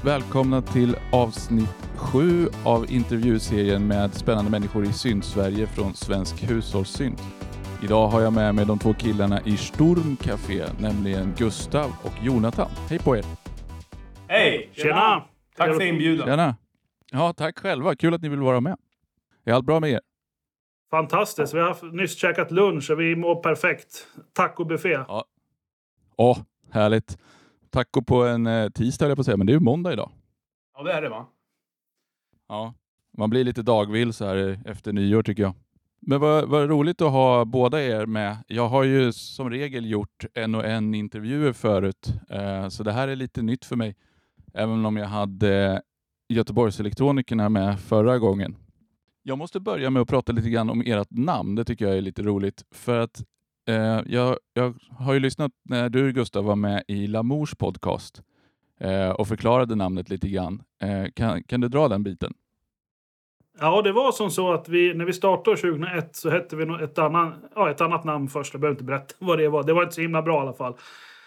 välkomna till avsnitt 7 av intervjuserien med spännande människor i Synt-Sverige från Svensk Hushållssynt. Idag har jag med mig de två killarna i Stormcafé, nämligen Gustav och Jonathan. Hej på er! Hej! Tjena! Tack för inbjudan. Tjena! Ja, tack själva. Kul att ni vill vara med. Är allt bra med er? Fantastiskt. Vi har nyss käkat lunch och vi mår perfekt. Tacobuffé. Ja. Härligt. Taco på en tisdag, jag på att säga, men det är ju måndag idag. Ja, det är det, va? Ja, man blir lite dagvill så här efter nyår tycker jag. Men vad roligt att ha båda er med. Jag har ju som regel gjort en intervjuer förut. Så det här är lite nytt för mig. Även om jag hade Göteborgselektronikerna med förra gången. Jag måste börja med att prata lite grann om ert namn. Det tycker jag är lite roligt. För att jag har ju lyssnat när du, Gustav, var med i Lamours podcast. Och förklarade namnet lite grann. Kan du dra den biten? Ja, det var som så att när vi startade 2001 så hette vi ett annat namn först. Jag behöver inte berätta vad det var. Det var inte så himla bra i alla fall.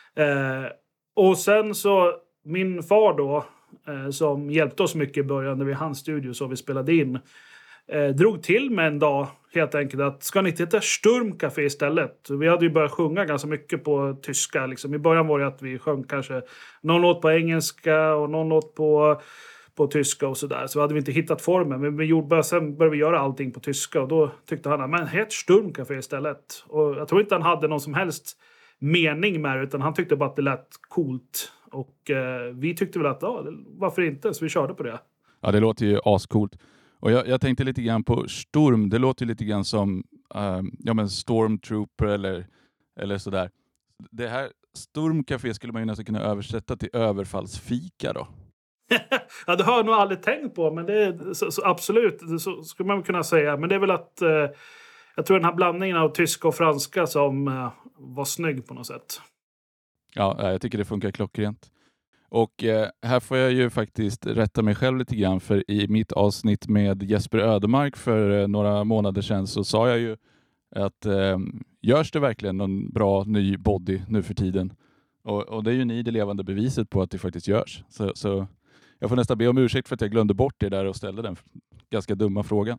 Och sen så min far då, som hjälpte oss mycket i början när vi hann studio så vi spelade in, drog till med en dag helt enkelt att ska ni inte heta Sturmcafé istället? Vi hade ju börjat sjunga ganska mycket på tyska. Liksom. I början var det att vi sjöng kanske någon låt på engelska och någon låt på tyska och sådär. Så hade vi inte hittat formen. Men sen började vi göra allting på tyska. Och då tyckte han, men het Sturmcafé istället. Och jag tror inte han hade någon som helst mening med det. Utan han tyckte bara att det lät coolt. Och vi tyckte väl att, varför inte? Så vi körde på det. Ja, det låter ju ascoolt. Och jag tänkte lite grann på Storm. Det låter lite grann som Stormtrooper eller sådär. Det här Stormcafé skulle man ju nästan kunna översätta till överfallsfika då. Ja, det har jag nog aldrig tänkt på. Men det är så absolut, så skulle man kunna säga. Men det är väl att jag tror den här blandningen av tyska och franska som var snygg på något sätt. Ja, jag tycker det funkar klockrent. Och här får jag ju faktiskt rätta mig själv lite grann, för i mitt avsnitt med Jesper Ödemark för några månader sedan så sa jag ju att görs det verkligen någon bra ny body nu för tiden? Och det är ju ni det levande beviset på att det faktiskt görs. Så jag får nästan be om ursäkt för att jag glömde bort det där och ställde den ganska dumma frågan.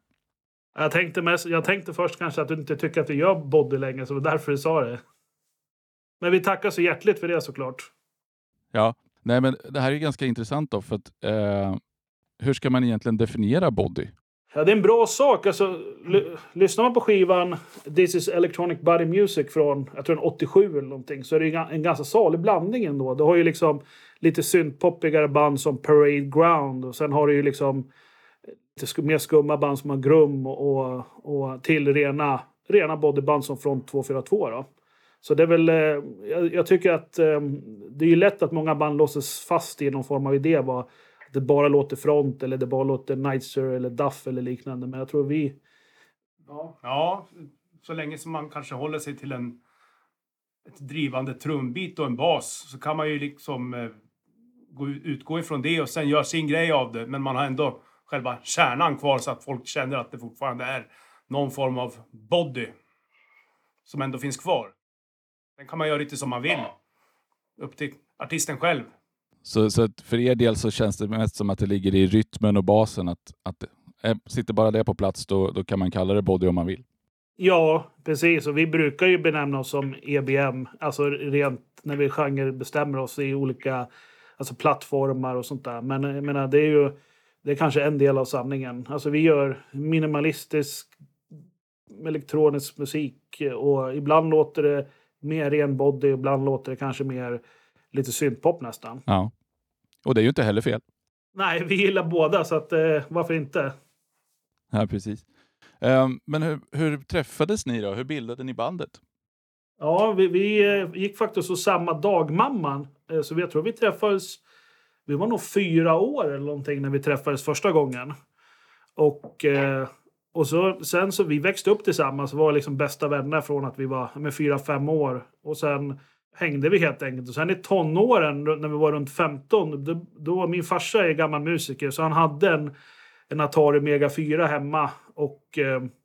Jag tänkte först kanske att du inte tycker att vi gör body längre, så det var därför du sa det. Men vi tackar så hjärtligt för det såklart. Ja. Nej, men det här är ganska intressant då, för att hur ska man egentligen definiera body? Ja, det är en bra sak. Alltså, lyssnar man på skivan This is Electronic Body Music från, jag tror 87 eller någonting, så är det en ganska salig blandning ändå. Det har ju liksom lite syntpoppigare band som Parade Ground, och sen har det ju liksom lite mer skumma band som har Grum och till rena bodyband som Front 242 då. Så det är väl, jag tycker att det är ju lätt att många band låses fast i någon form av idé. Vad det bara låter Front eller det bara låter Nightser eller Duff eller liknande. Men jag tror vi... Ja, så länge som man kanske håller sig till ett drivande trumbit och en bas så kan man ju liksom utgå ifrån det och sen göra sin grej av det. Men man har ändå själva kärnan kvar så att folk känner att det fortfarande är någon form av body som ändå finns kvar. Sen kan man göra lite som man vill. Upp till artisten själv. Så att för er del så känns det mest som att det ligger i rytmen och basen. Att sitter bara det på plats då kan man kalla det body om man vill. Ja, precis. Och vi brukar ju benämna oss som EBM. Alltså rent när vi bestämmer oss i olika plattformar och sånt där. Men jag menar, det är kanske en del av sanningen. Alltså vi gör minimalistisk elektronisk musik. Och ibland låter det mer ren body, ibland låter det kanske mer lite syntpop nästan. Ja, och det är ju inte heller fel. Nej, vi gillar båda, så att varför inte? Ja, precis. Men hur träffades ni då? Hur bildade ni bandet? Ja, vi gick faktiskt så samma dag, mamman. Så jag tror vi träffades, vi var nog 4 år eller någonting när vi träffades första gången. Och sen så vi växte upp tillsammans och var liksom bästa vänner från att vi var med 4-5 år. Och sen hängde vi helt enkelt. Och sen i tonåren, när vi var runt 15, då min farsa är gammal musiker. Så han hade en Atari Mega 4 hemma och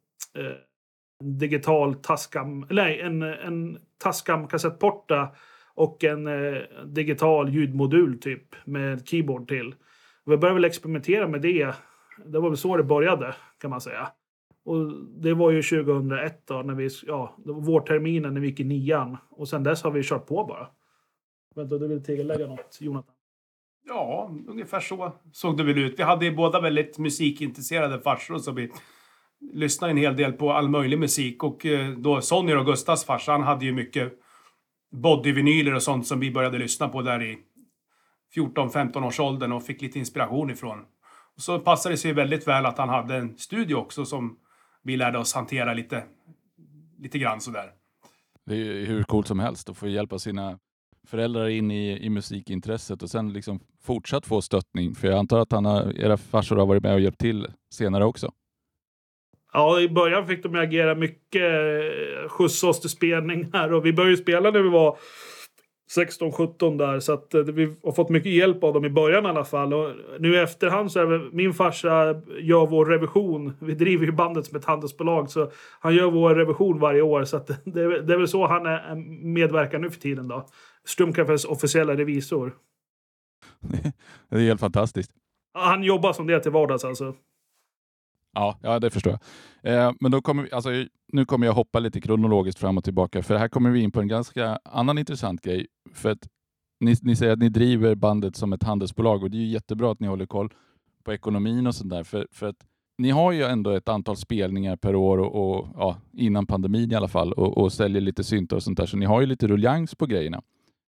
en digital Tascam, en Tascam kassettporta och en digital ljudmodul typ med keyboard till. Och vi började väl experimentera med det. Det var väl så det började, kan man säga. Och det var ju 2001 då, när det var vårterminen när vi gick i 9:an. Och sen dess har vi kört på bara. Vänta, du vill tillägga något, Jonathan? Ja, ungefär så såg det väl ut. Vi hade ju båda väldigt musikintresserade farsor, så vi lyssnade en hel del på all möjlig musik. Och då Sonny och Gustavs farsa, han hade ju mycket bodyvinyler och sånt som vi började lyssna på där i 14-15 års åldern och fick lite inspiration ifrån. Och så passade det sig väldigt väl att han hade en studio också som vi lärde oss hantera lite grann sådär. Det är ju hur coolt som helst att få hjälpa sina föräldrar in i musikintresset och sen liksom fortsatt få stöttning. För jag antar att era farsor har varit med och hjälpt till senare också. Ja, i början fick de agera mycket, skjutsa oss till spelningar. Och vi började spela när vi var 16-17 där. Så att vi har fått mycket hjälp av dem i början i alla fall. Och nu i efterhand så är det, min farsa gör vår revision. Vi driver ju bandet som ett handelsbolag. Så han gör vår revision varje år. Så att det är väl så han är medverkar nu för tiden då. Strömkaffes officiella revisor. Det är helt fantastiskt. Han jobbar som det till vardags alltså. Ja, det förstår jag. Men då nu kommer jag hoppa lite kronologiskt fram och tillbaka. För här kommer vi in på en ganska annan intressant grej. För att ni säger att ni driver bandet som ett handelsbolag. Och det är ju jättebra att ni håller koll på ekonomin och sånt där. För att ni har ju ändå ett antal spelningar per år och innan pandemin i alla fall. Och säljer lite syntar och sånt där. Så ni har ju lite ruljans på grejerna.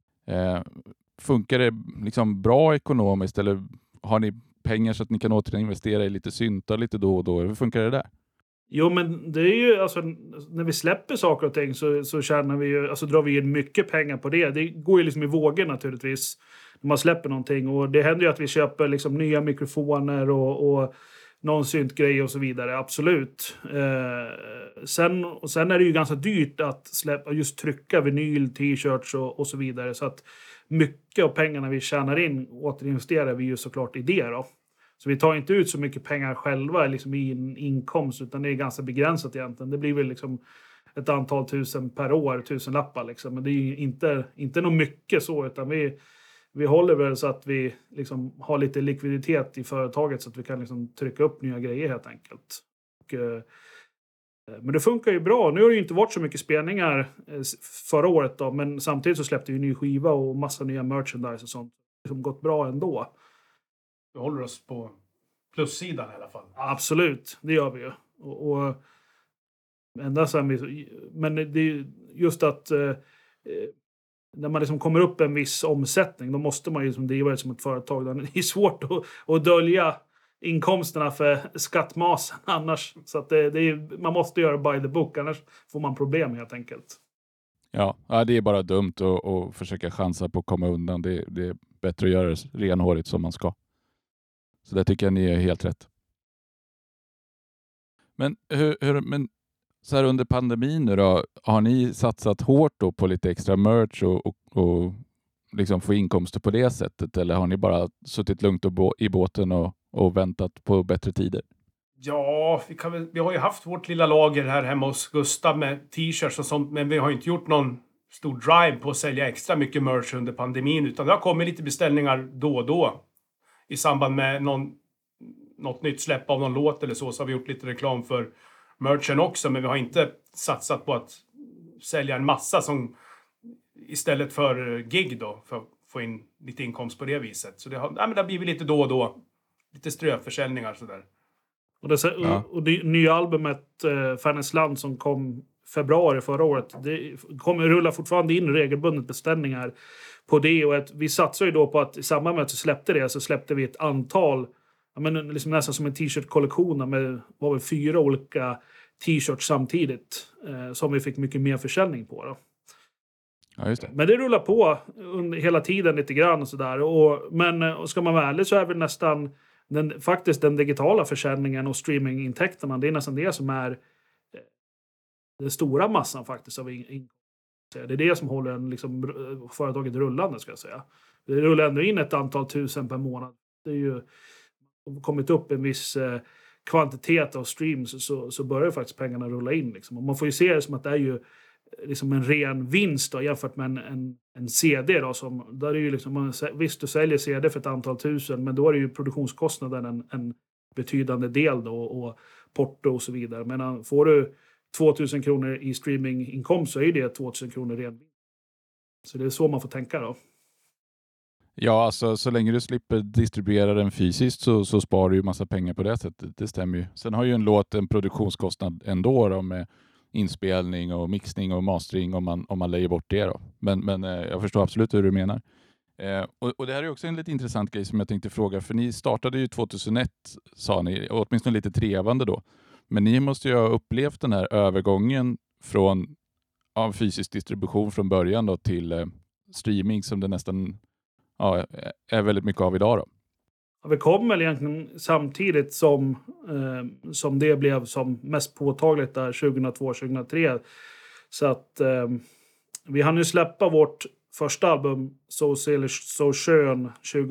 Funkar det liksom bra ekonomiskt eller har ni pengar så att ni kan återinvestera i lite syntar lite då och då? Hur funkar det där? Jo, men det är ju alltså när vi släpper saker och ting så tjänar vi ju, alltså drar vi in mycket pengar på det. Det går ju liksom i vågor naturligtvis när man släpper någonting. Och det händer ju att vi köper liksom nya mikrofoner och någon syntgrej och så vidare. Absolut. Sen är det ju ganska dyrt att just trycka vinyl, t-shirts och så vidare. Så att mycket av pengarna vi tjänar in återinvesterar vi ju såklart i det då. Så vi tar inte ut så mycket pengar själva liksom i en inkomst, utan det är ganska begränsat egentligen. Det blir väl liksom ett antal tusen per år, 1000 lappar liksom. Men det är ju inte något mycket så, utan vi håller väl så att vi liksom har lite likviditet i företaget så att vi kan liksom trycka upp nya grejer helt enkelt. Men det funkar ju bra. Nu har det ju inte varit så mycket spelningar förra året då, men samtidigt så släppte vi en ny skiva och massa nya merchandise och sånt. Det har gått bra ändå. Vi håller oss på plussidan i alla fall. Absolut, det gör vi ju. Och ända sen men det är just att när man liksom kommer upp en viss omsättning, då måste man ju liksom driva det som ett företag. Det är svårt att dölja inkomsterna för skattmasen annars. Så att man måste göra by the book, annars får man problem helt enkelt. Ja, det är bara dumt att försöka chansa på att komma undan. Det är bättre att göra det renhårigt som man ska. Så det tycker jag ni är helt rätt. Men men så här under pandemin nu då, har ni satsat hårt då på lite extra merch och liksom få inkomster på det sättet? Eller har ni bara suttit lugnt i båten och väntat på bättre tider? Ja, vi har ju haft vårt lilla lager här hemma hos Gustav med t-shirts och sånt. Men vi har inte gjort någon stor drive på att sälja extra mycket merch under pandemin. Utan det har kommit lite beställningar då och då. I samband med något nytt släpp av någon låt eller så har vi gjort lite reklam för merchen också. Men vi har inte satsat på att sälja en massa som istället för gig då. För att få in lite inkomst på det viset. Så det har blivit lite då och då. Lite ströförsäljningar sådär. Och det nya albumet Färnäs land som kom februari förra året, det kommer rulla fortfarande in regelbundet beställningar på det. Och vi satsar ju då på att i samband med att vi släppte det så släppte vi ett antal, liksom nästan som en t-shirt-kollektion med 4 olika t-shirts samtidigt som vi fick mycket mer försäljning på då. Ja, just det. Men det rullar på hela tiden lite grann och sådär. Men ska man vara ärlig så är vi nästan faktiskt den digitala försäljningen och streamingintäkterna, det är nästan det som är den stora massan faktiskt av inkomster. Det är det som håller liksom företaget rullande, ska jag säga. Det rullar ändå in ett antal tusen per månad. Det är ju kommit upp en viss kvantitet av streams så börjar faktiskt pengarna rulla in. Liksom. Och man får ju se det som att det är ju liksom en ren vinst då, jämfört med en CD då, som där är ju liksom, visst du säljer CD för ett antal tusen, men då är det ju produktionskostnaden en betydande del då, och porto och så vidare. Men får du 2000 kronor i streaminginkomst så är det 2000 kronor ren vinst. Så det är så man får tänka då. Ja, alltså så länge du slipper distribuera den fysiskt så sparar du ju massa pengar på det sättet. Det stämmer ju. Sen har ju en låt en produktionskostnad ändå då, med inspelning och mixning och mastering om man lägger bort det då. Men jag förstår absolut hur du menar. Och det här är också en lite intressant grej som jag tänkte fråga. För ni startade ju 2001, sa ni, och åtminstone lite trevande då. Men ni måste ju ha upplevt den här övergången från fysisk distribution från början då till streaming som det nästan är väldigt mycket av idag då. Ja, vi kom väl egentligen samtidigt som det blev som mest påtagligt där 2002-2003. Så att vi hann ju släppa vårt första album Så Selig Så Skön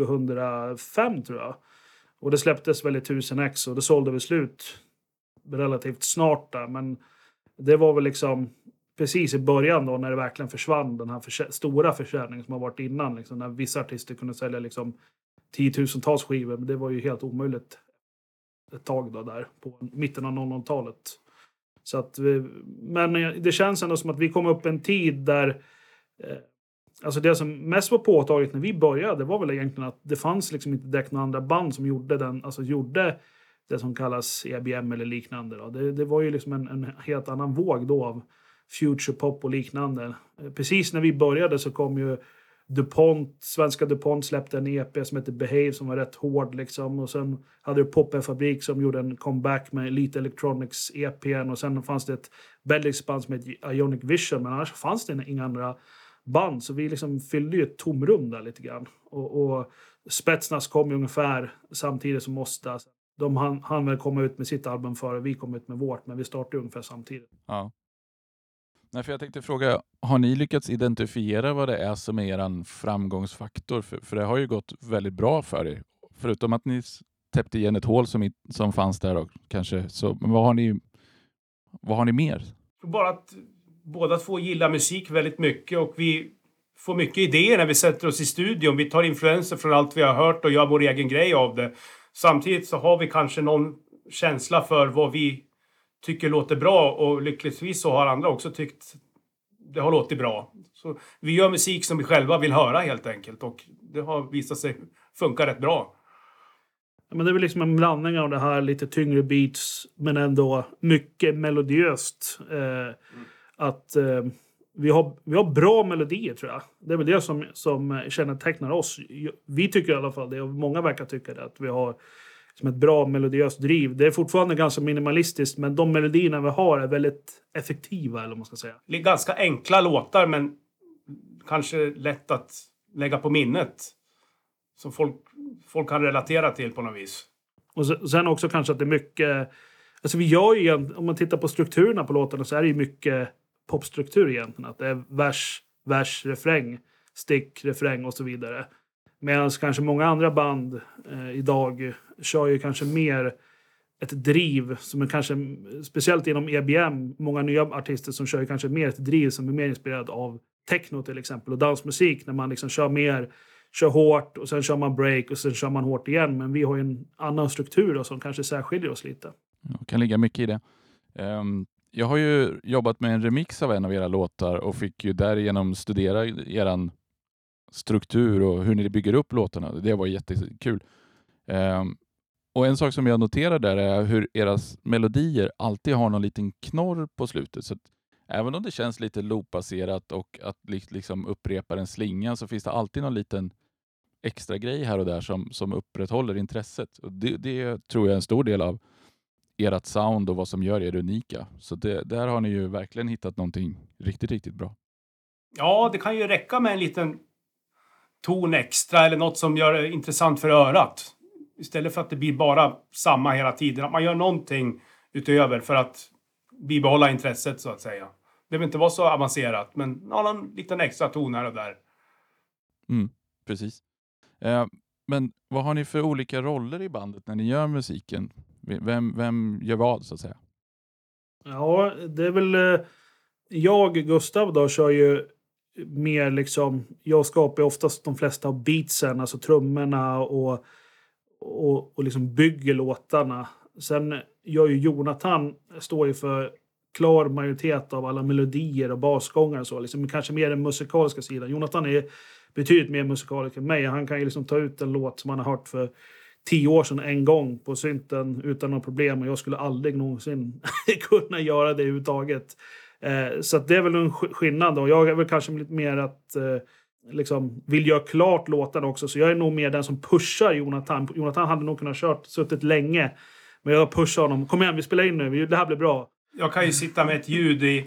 2005 tror jag. Och det släpptes väl i 1000x och det sålde vi slut relativt snart där. Men det var väl liksom precis i början då när det verkligen försvann den här stora försäljningen som har varit innan. Liksom, när vissa artister kunde sälja liksom 10-tusentals skivor. Men det var ju helt omöjligt ett tag då där på mitten av 00-talet. Så att men det känns ändå som att vi kom upp en tid där alltså det som mest var påtagligt när vi började, det var väl egentligen att det fanns liksom inte direkt några andra band som gjorde det som kallas EBM eller liknande då. Det var ju liksom en helt annan våg då av future pop och liknande. Precis när vi började så kom ju svenska DuPont släppte en EP som heter Behave som var rätt hård liksom, och sen hade du Pop-Fabrik som gjorde en comeback med Elite Electronics EPn, och sen fanns det ett belgiskt band som heter Ionic Vision, men annars fanns det inga andra band, så vi liksom fyllde ju ett tomrum där lite grann. Och Spetsnaz kom ju ungefär samtidigt som oss där. De hann väl komma ut med sitt album före vi kom ut med vårt, men vi startade ungefär samtidigt. Ja. Nej, för jag tänkte fråga, har ni lyckats identifiera vad det är som är er framgångsfaktor? För det har ju gått väldigt bra för er. Förutom att ni täppte igen ett hål som fanns där då, kanske. Så, men vad har ni mer? Bara att båda två gillar musik väldigt mycket och vi får mycket idéer när vi sätter oss i studion. Vi tar influenser från allt vi har hört och gör vår egen grej av det. Samtidigt så har vi kanske någon känsla för vad vi tycker låter bra, och lyckligtvis så har andra också tyckt det har låtit bra. Så vi gör musik som vi själva vill höra helt enkelt, och det har visat sig funka rätt bra. Men det är väl liksom en blandning av det här lite tyngre beats men ändå mycket melodiöst. Vi har bra melodier tror jag. Det är väl det som kännetecknar oss. Vi tycker i alla fall det, och många verkar tycka det, att vi har som ett bra melodiöst driv. Det är fortfarande ganska minimalistiskt, men de melodierna vi har är väldigt effektiva, eller vad man ska säga. Det är ganska enkla låtar, men kanske lätt att lägga på minnet. Som folk kan relatera till på något vis. Och sen också kanske att det är mycket... Alltså vi gör ju, om man tittar på strukturerna på låtarna, så är det ju mycket popstruktur egentligen. Att det är vers, refräng, stick, refräng och så vidare. Medan kanske många andra band idag kör ju kanske mer ett driv som är kanske, speciellt inom EBM, många nya artister som kör ju kanske mer ett driv som är mer inspirerad av techno till exempel och dansmusik, när man liksom kör hårt och sen kör man break och sen kör man hårt igen. Men vi har ju en annan struktur då, som kanske särskiljer oss lite. Det kan ligga mycket i det. Jag har ju jobbat med en remix av en av era låtar och fick ju därigenom studera eran struktur och hur ni bygger upp låtarna. Det var jättekul. Och en sak som jag noterar där är hur era melodier alltid har någon liten knorr på slutet. Så att även om det känns lite loopbaserat och att liksom upprepa en slinga, så finns det alltid någon liten extra grej här och där som upprätthåller intresset. Och det tror jag är en stor del av ert sound och vad som gör er unika. Så där har ni ju verkligen hittat någonting riktigt, riktigt bra. Ja, det kan ju räcka med en liten ton extra eller något som gör det intressant för örat. Istället för att det blir bara samma hela tiden. Att man gör någonting utöver för att bibehålla intresset så att säga. Det behöver inte vara så avancerat, men någon liten extra ton här och där. Precis. Men vad har ni för olika roller i bandet när ni gör musiken? Vem gör vad så att säga? Ja, det är väl Gustav då, kör ju mer liksom... Jag skapar oftast de flesta av beatsen, alltså trummorna och liksom bygger låtarna. Sen gör ju Jonathan, står ju för klar majoritet av alla melodier och basgångar och så. Liksom, kanske mer den musikaliska sidan. Jonathan är betydligt mer musikalisk än mig. Han kan ju liksom ta ut en låt som han har hört för 10 år sedan en gång på synten utan några problem. Och jag skulle aldrig någonsin kunna göra det överhuvudtaget. Så att det är väl en skillnad då. Jag är väl kanske lite mer att liksom vill göra klart låten också. Så jag är nog mer den som pushar Jonathan. Jonathan hade nog kunnat suttit länge. Men jag pushar honom. Kom igen, vi spelar in nu. Det här blir bra. Jag kan ju sitta med ett ljud i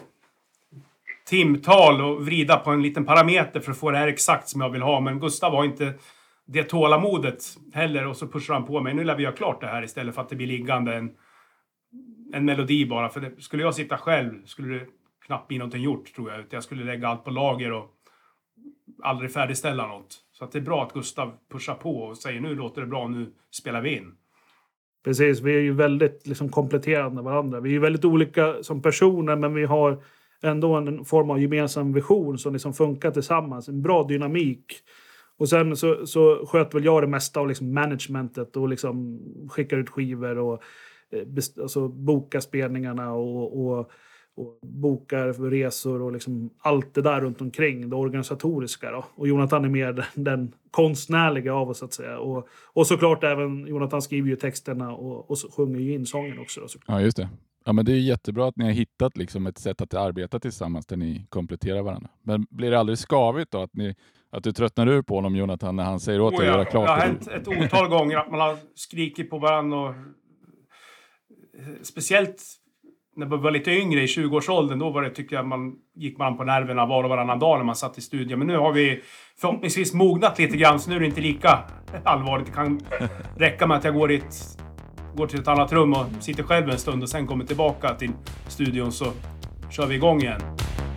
timtal och vrida på en liten parameter för att få det här exakt som jag vill ha. Men Gustav har inte det tålamodet heller. Och så pushar han på mig. Nu lär vi göra klart det här istället för att det blir liggande en melodi bara. För skulle jag sitta själv skulle det knappt bli någonting gjort, tror jag. Jag skulle lägga allt på lager och aldrig färdigställa något. Så att det är bra att Gustav pushar på och säger nu låter det bra, nu spelar vi in. Precis, vi är ju väldigt liksom kompletterande varandra. Vi är ju väldigt olika som personer, men vi har ändå en form av gemensam vision som liksom funkar tillsammans. En bra dynamik. Och sen så sköter väl jag det mesta av liksom managementet och liksom skickar ut skivor och alltså bokar spelningarna och bokar resor och liksom allt det där runt omkring, det organisatoriska då. Och Jonathan är mer den konstnärliga av oss, så att säga. Och såklart även Jonathan skriver ju texterna och så sjunger ju in sången också då, ja, just det. Ja, men det är jättebra att ni har hittat liksom ett sätt att arbeta tillsammans där ni kompletterar varandra. Men blir det aldrig skavigt då att du tröttnar ur på honom, Jonathan, när han säger åt dig att göra klart? Det har hänt ett otal gånger att man har skrikit på varandra och speciellt när man var lite yngre i 20-årsåldern, då tyckte jag gick man på nerverna var och varannan dag när man satt i studion. Men nu har vi förhoppningsvis mognat lite grann, så nu är det inte lika allvarligt. Det kan räcka med att jag går till ett annat rum och sitter själv en stund och sen kommer tillbaka till studion, så kör vi igång igen.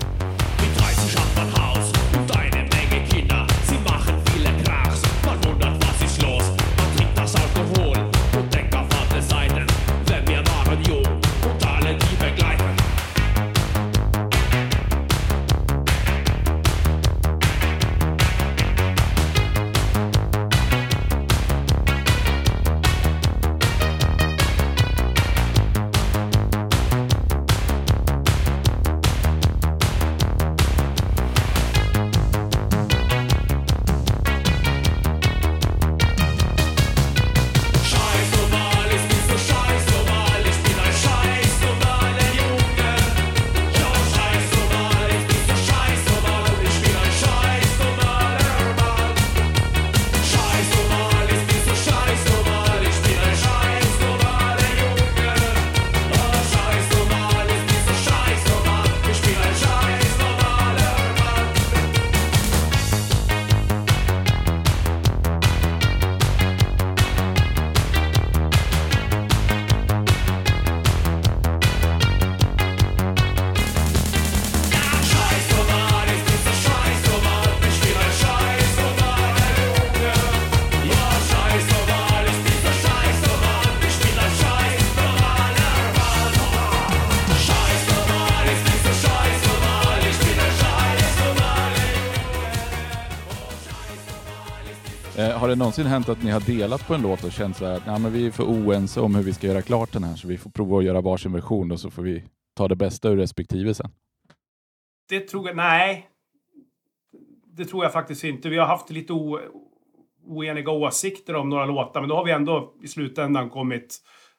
Har det någonsin hänt att ni har delat på en låt och känt så här, nej, men vi är för oense om hur vi ska göra klart den här, så vi får prova att göra varsin version och så får vi ta det bästa ur respektive sen? Det tror jag, nej. Det tror jag faktiskt inte. Vi har haft lite oeniga åsikter om några låtar, men då har vi ändå i slutändan kommit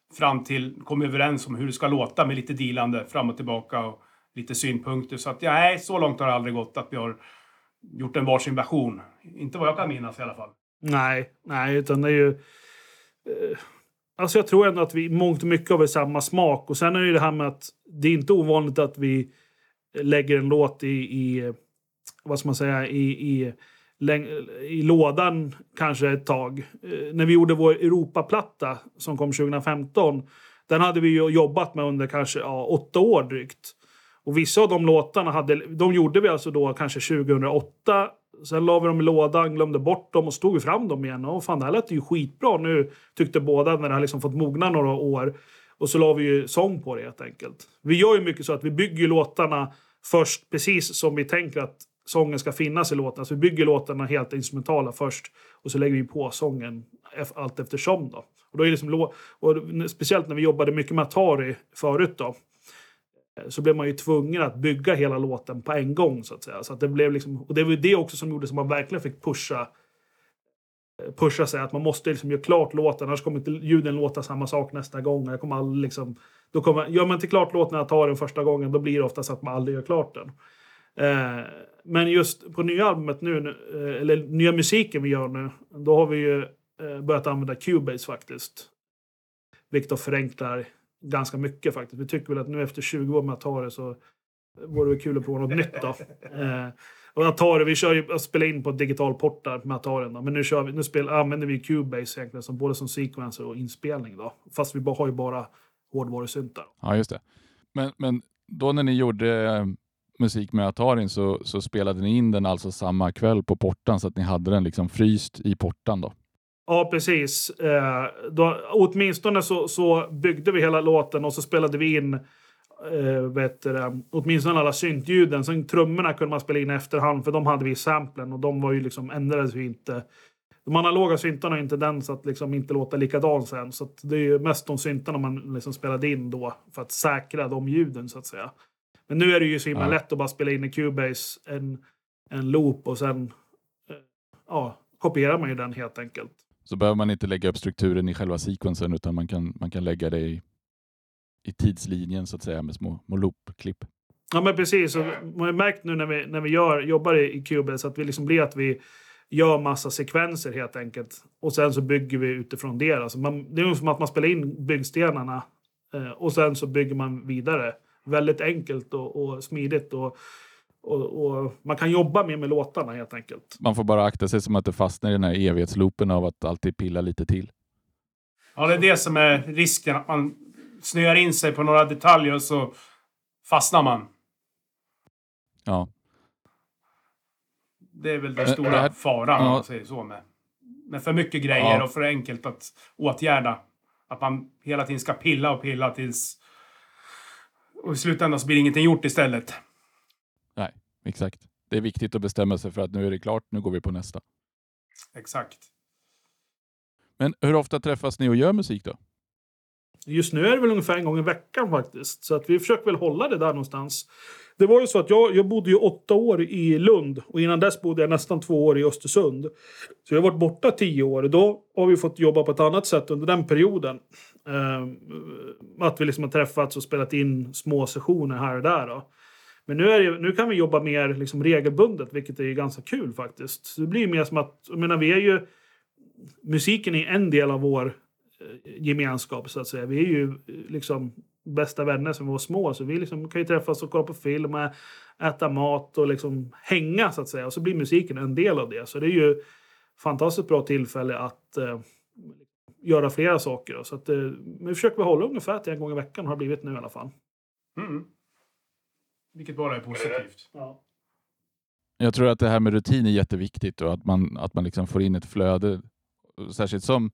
överens om hur det ska låta med lite dealande fram och tillbaka och lite synpunkter. Så att nej, så långt har det aldrig gått att vi har gjort en varsin version. Inte vad jag kan minnas i alla fall. Nej, utan det är ju... alltså jag tror ändå att vi mångt och mycket har samma smak. Och sen är det ju det här med att det är inte ovanligt att vi lägger en låt i vad ska man säga, i lådan kanske ett tag. När vi gjorde vår Europaplatta som kom 2015, den hade vi ju jobbat med under kanske 8 år drygt. Och vissa av de låtarna de gjorde vi alltså då kanske 2008. Sen la vi dem i lådan, glömde bort dem och stod vi fram dem igen. Och fan, det här lät ju skitbra nu, tyckte båda, när det har liksom fått mogna några år. Och så la vi ju sång på det helt enkelt. Vi gör ju mycket så att vi bygger låtarna först precis som vi tänker att sången ska finnas i låten. Så vi bygger låtarna helt instrumentala först och så lägger vi på sången allt eftersom då. Och då är det liksom och speciellt när vi jobbade mycket med Atari förut då, så blev man ju tvungen att bygga hela låten på en gång så att säga. Så att det blev liksom, och det var ju det också som gjorde så man verkligen fick pusha sig, att man måste liksom göra klart låten, annars kommer inte ljuden låta samma sak nästa gång. Jag kommer aldrig liksom, gör man inte klart låten när jag tar den första gången, då blir det ofta så att man aldrig gör klart den. Men just på nya albumet nu, eller nya musiken vi gör nu, då har vi ju börjat använda Cubase faktiskt. Vilket förenklar ganska mycket faktiskt. Vi tycker väl att nu efter 20 år med Atari så vore det kul att prova något nytt då. Och Atari, vi kör ju spelar in på digital portar med Atari då. Men nu använder vi Cubase egentligen som både som sequencer och inspelning då. Fast vi har ju bara hårdvarusyntar. Ja, just det. Men då när ni gjorde musik med Atarin så spelade ni in den alltså samma kväll på portan så att ni hade den liksom fryst i portan då? Ja, precis. Åtminstone så byggde vi hela låten och så spelade vi in åtminstone alla syntljuden. Sen trummorna kunde man spela in i efterhand för de hade vi i samplen och de var ju liksom, ändrades ju inte. De analoga syntarna är inte den så att liksom inte låta likadan sen. Så att det är ju mest de syntarna man liksom spelade in då för att säkra de ljuden så att säga. Men nu är det ju så himla lätt att bara spela in i Cubase en loop och sen kopierar man ju den helt enkelt. Så behöver man inte lägga upp strukturen i själva sequensen utan man kan lägga det i tidslinjen så att säga med små loop-klipp. Ja men precis. Och man har märkt nu när vi jobbar i Cubase att vi liksom blir att vi gör massa sekvenser helt enkelt. Och sen så bygger vi utifrån det. Alltså det är ju som att man spelar in byggstenarna och sen så bygger man vidare. Väldigt enkelt och smidigt och man kan jobba mer med låtarna helt enkelt. Man får bara akta sig som att det fastnar i den här evighetsloopen av att alltid pilla lite till. Ja, det är det som är risken. Att man snöar in sig på några detaljer och så fastnar man. Ja. Det är väl den stora faran, om man säger så. Med för mycket grejer och för enkelt att åtgärda. Att man hela tiden ska pilla tills... Och i slutändan så blir ingenting gjort istället. Nej, exakt. Det är viktigt att bestämma sig för att nu är det klart, nu går vi på nästa. Exakt. Men hur ofta träffas ni och gör musik då? Just nu är det väl ungefär en gång i veckan faktiskt. Så att vi försöker väl hålla det där någonstans. Det var ju så att jag bodde ju 8 år i Lund. Och innan dess bodde jag nästan 2 år i Östersund. Så jag har varit borta 10 år. Då har vi fått jobba på ett annat sätt under den perioden. Att vi liksom har träffats och spelat in små sessioner här och där då. Men nu kan vi jobba mer liksom regelbundet, vilket är ganska kul faktiskt. Så det blir mer som att, jag menar, vi är ju... Musiken är en del av vår gemenskap så att säga. Vi är ju liksom bästa vänner som vi var små. Så vi liksom kan ju träffas och kolla på film, äta mat och liksom hänga så att säga. Och så blir musiken en del av det. Så det är ju fantastiskt bra tillfälle att göra flera saker. Då. Så att vi försöker hålla ungefär till en gång i veckan har det blivit nu i alla fall. Mm. Vilket bara är positivt. Ja. Jag tror att det här med rutin är jätteviktigt och att man liksom får in ett flöde. Särskilt som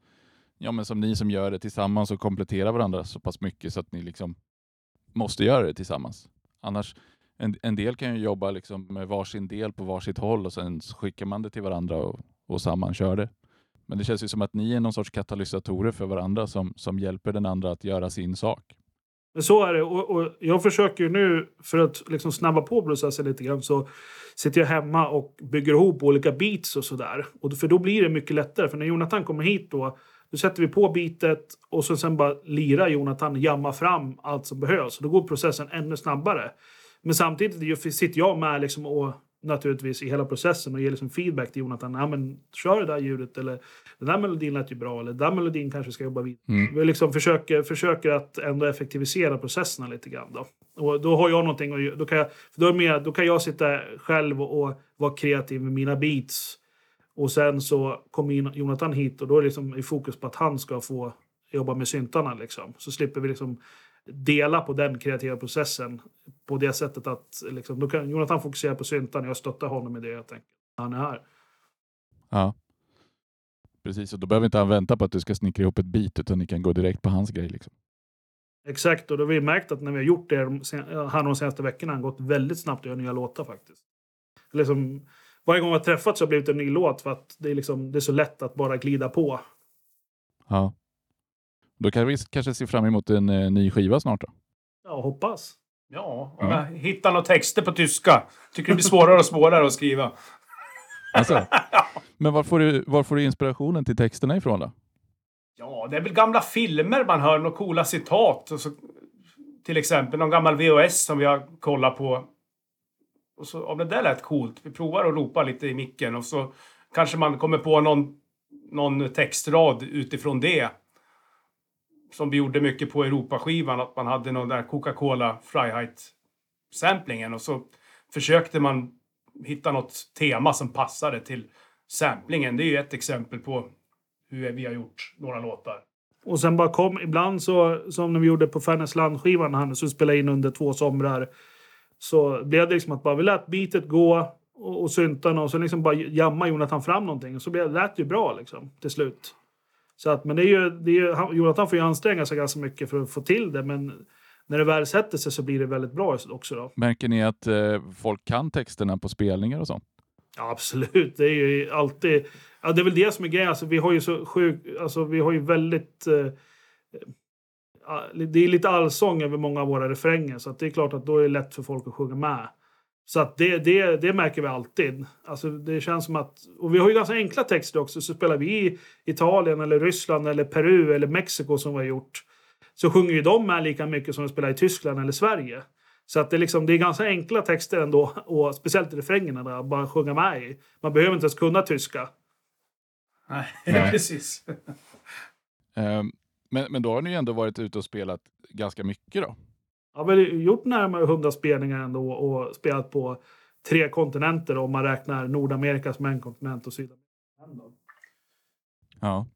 ni som gör det tillsammans och kompletterar varandra så pass mycket så att ni liksom måste göra det tillsammans. Annars, en del kan ju jobba liksom med varsin del på varsitt håll och sen skickar man det till varandra och samman kör det. Men det känns ju som att ni är någon sorts katalysatorer för varandra som hjälper den andra att göra sin sak. Men så är det. Och jag försöker ju nu, för att liksom snabba på processen lite grann, så sitter jag hemma och bygger ihop olika beats och sådär. För då blir det mycket lättare. För när Jonathan kommer hit då sätter vi på beatet och sen bara lirar Jonathan, jamma fram allt som behövs. Då går processen ännu snabbare. Men samtidigt sitter jag med liksom och naturligtvis i hela processen och ger liksom feedback till Jonathan. Ja, men kör det där ljudet, eller den där melodin lät ju bra, eller den där melodin kanske ska jobba vidare. Vi liksom försöker att ändå effektivisera processerna lite grann då. Och då har jag någonting och då kan jag sitta själv och vara kreativ med mina beats. Och sen så kommer Jonathan hit och då är det liksom i fokus på att han ska få jobba med syntarna liksom. Så slipper vi liksom dela på den kreativa processen på det sättet att liksom, då kan Jonathan fokusera på syntarna och jag stöttar honom i det helt enkelt. Han är här. Ja. Precis, och då behöver inte han vänta på att du ska snickra ihop ett beat utan ni kan gå direkt på hans grej liksom. Exakt, och då har vi märkt att när vi har gjort det här de senaste veckorna har gått väldigt snabbt att göra nya låtar faktiskt. Liksom, varje gång vi har träffats så har det blivit en ny låt för att det är så lätt att bara glida på. Ja. Då kan vi kanske se fram emot en ny skiva snart då. Ja, hoppas. Ja, om jag hittar några texter på tyska. Tycker det blir svårare och svårare att skriva. Alltså, men var får du inspirationen till texterna ifrån då? Ja, det är väl gamla filmer man hör, några coola citat. Och så, till exempel någon gammal VHS som vi har kollat på. Och så, om det där lät coolt, vi provar att ropa lite i micken. Och så kanske man kommer på någon textrad utifrån det. Som vi gjorde mycket på Europaskivan, att man hade någon där Coca-Cola Freiheit-samplingen. Och så försökte man hitta något tema som passade till samplingen. Det är ju ett exempel på hur vi har gjort några låtar. Och sen bara kom ibland så, som när vi gjorde på Färnäs landskivan han så spelade in under 2 somrar. Så blev det liksom att bara vi lät beatet gå och syntarna och så liksom bara jamma Jonathan fram någonting. Och så lät det ju bra liksom till slut. Så att, men det är ju Jonathan får ju anstränga sig ganska mycket för att få till det, men när det väl sätter sig så blir det väldigt bra också då. Märker ni att folk kan texterna på spelningar och sånt? Ja, absolut. Det är ju alltid... Ja, det är väl det som är grejen. Alltså, vi har ju så vi har ju väldigt... det är lite allsång över många av våra refränger. Så att det är klart att då är det lätt för folk att sjunga med. Så att det märker vi alltid. Alltså, det känns som att... Och vi har ju ganska enkla texter också. Så spelar vi i Italien eller Ryssland eller Peru eller Mexiko som vi har gjort. Så sjunger ju de med lika mycket som vi spelar i Tyskland eller Sverige. Så att det är ganska enkla texter ändå. Och speciellt refrängerna där. Bara sjunga med i. Man behöver inte ens kunna tyska. Nej. Precis. Men då har ni ju ändå varit ute och spelat ganska mycket då. Ja, vi har gjort närmare 100 spelningar ändå. Och spelat på 3 kontinenter. Om man räknar Nordamerika som en kontinent och Sydamerika. Ja.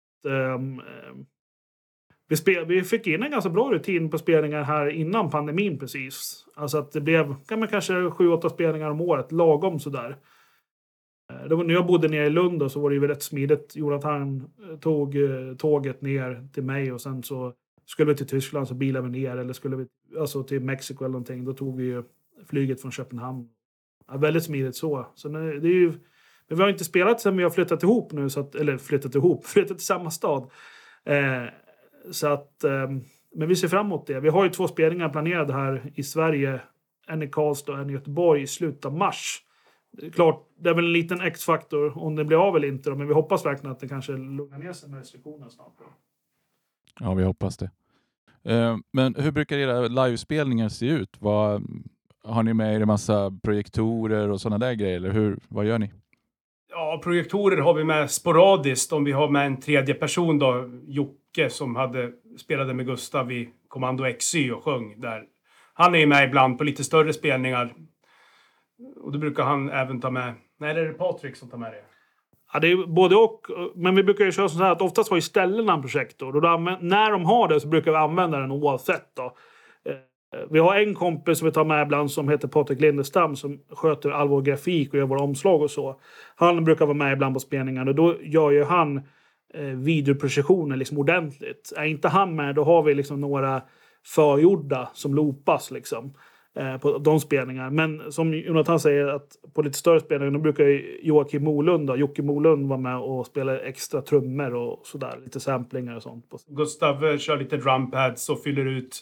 Vi fick in en ganska bra rutin på spelningar här innan pandemin precis. Alltså att det blev kanske 7-8 spelningar om året, lagom sådär. När jag bodde nere i Lund och så var det ju rätt smidigt. Jonathan tog tåget ner till mig och sen så skulle vi till Tyskland så bilade vi ner. Eller skulle vi till Mexiko eller någonting. Då tog vi ju flyget från Köpenhamn. Ja, väldigt smidigt så. Så det är ju, men vi har inte spelat sen vi har flyttat ihop nu. Flyttat till samma stad. Så att, men vi ser fram emot det. Vi har ju 2 spelningar planerade här i Sverige. En i Karlstad och en i Göteborg i slutet av mars. Klart, det är väl en liten X-faktor om det blir av eller inte. Men vi hoppas verkligen att det kanske lugnar ner sig med restriktioner snart. Ja, vi hoppas det. Men hur brukar era livespelningar se ut? Har ni med er en massa projektorer och sådana där grejer? Eller vad gör ni? Ja, projektorer har vi med sporadiskt. Om vi har med en tredje person då, Jocke som spelade med Gustav i Kommando XY och sjöng där. Han är med ibland på lite större spelningar. Och då brukar han även ta med... Nej, det är Patrik som tar med det. Ja, det är både och. Men vi brukar ju köra så här att oftast har ju ställena en projektor. Och när de har det så brukar vi använda den oavsett då. Vi har en kompis som vi tar med ibland som heter Patrik Lindestam som sköter all vår grafik och gör våra omslag och så. Han brukar vara med ibland på spelningar och då gör ju han videoprojektioner liksom ordentligt. Är inte han med då har vi liksom några förgjorda som loopas liksom på de spelningar. Men som Jonathan säger att på lite större spelningar då brukar Jocke Molund vara med och spela extra trummor och sådär. Lite samplingar och sånt. Gustav kör lite drumpads och fyller ut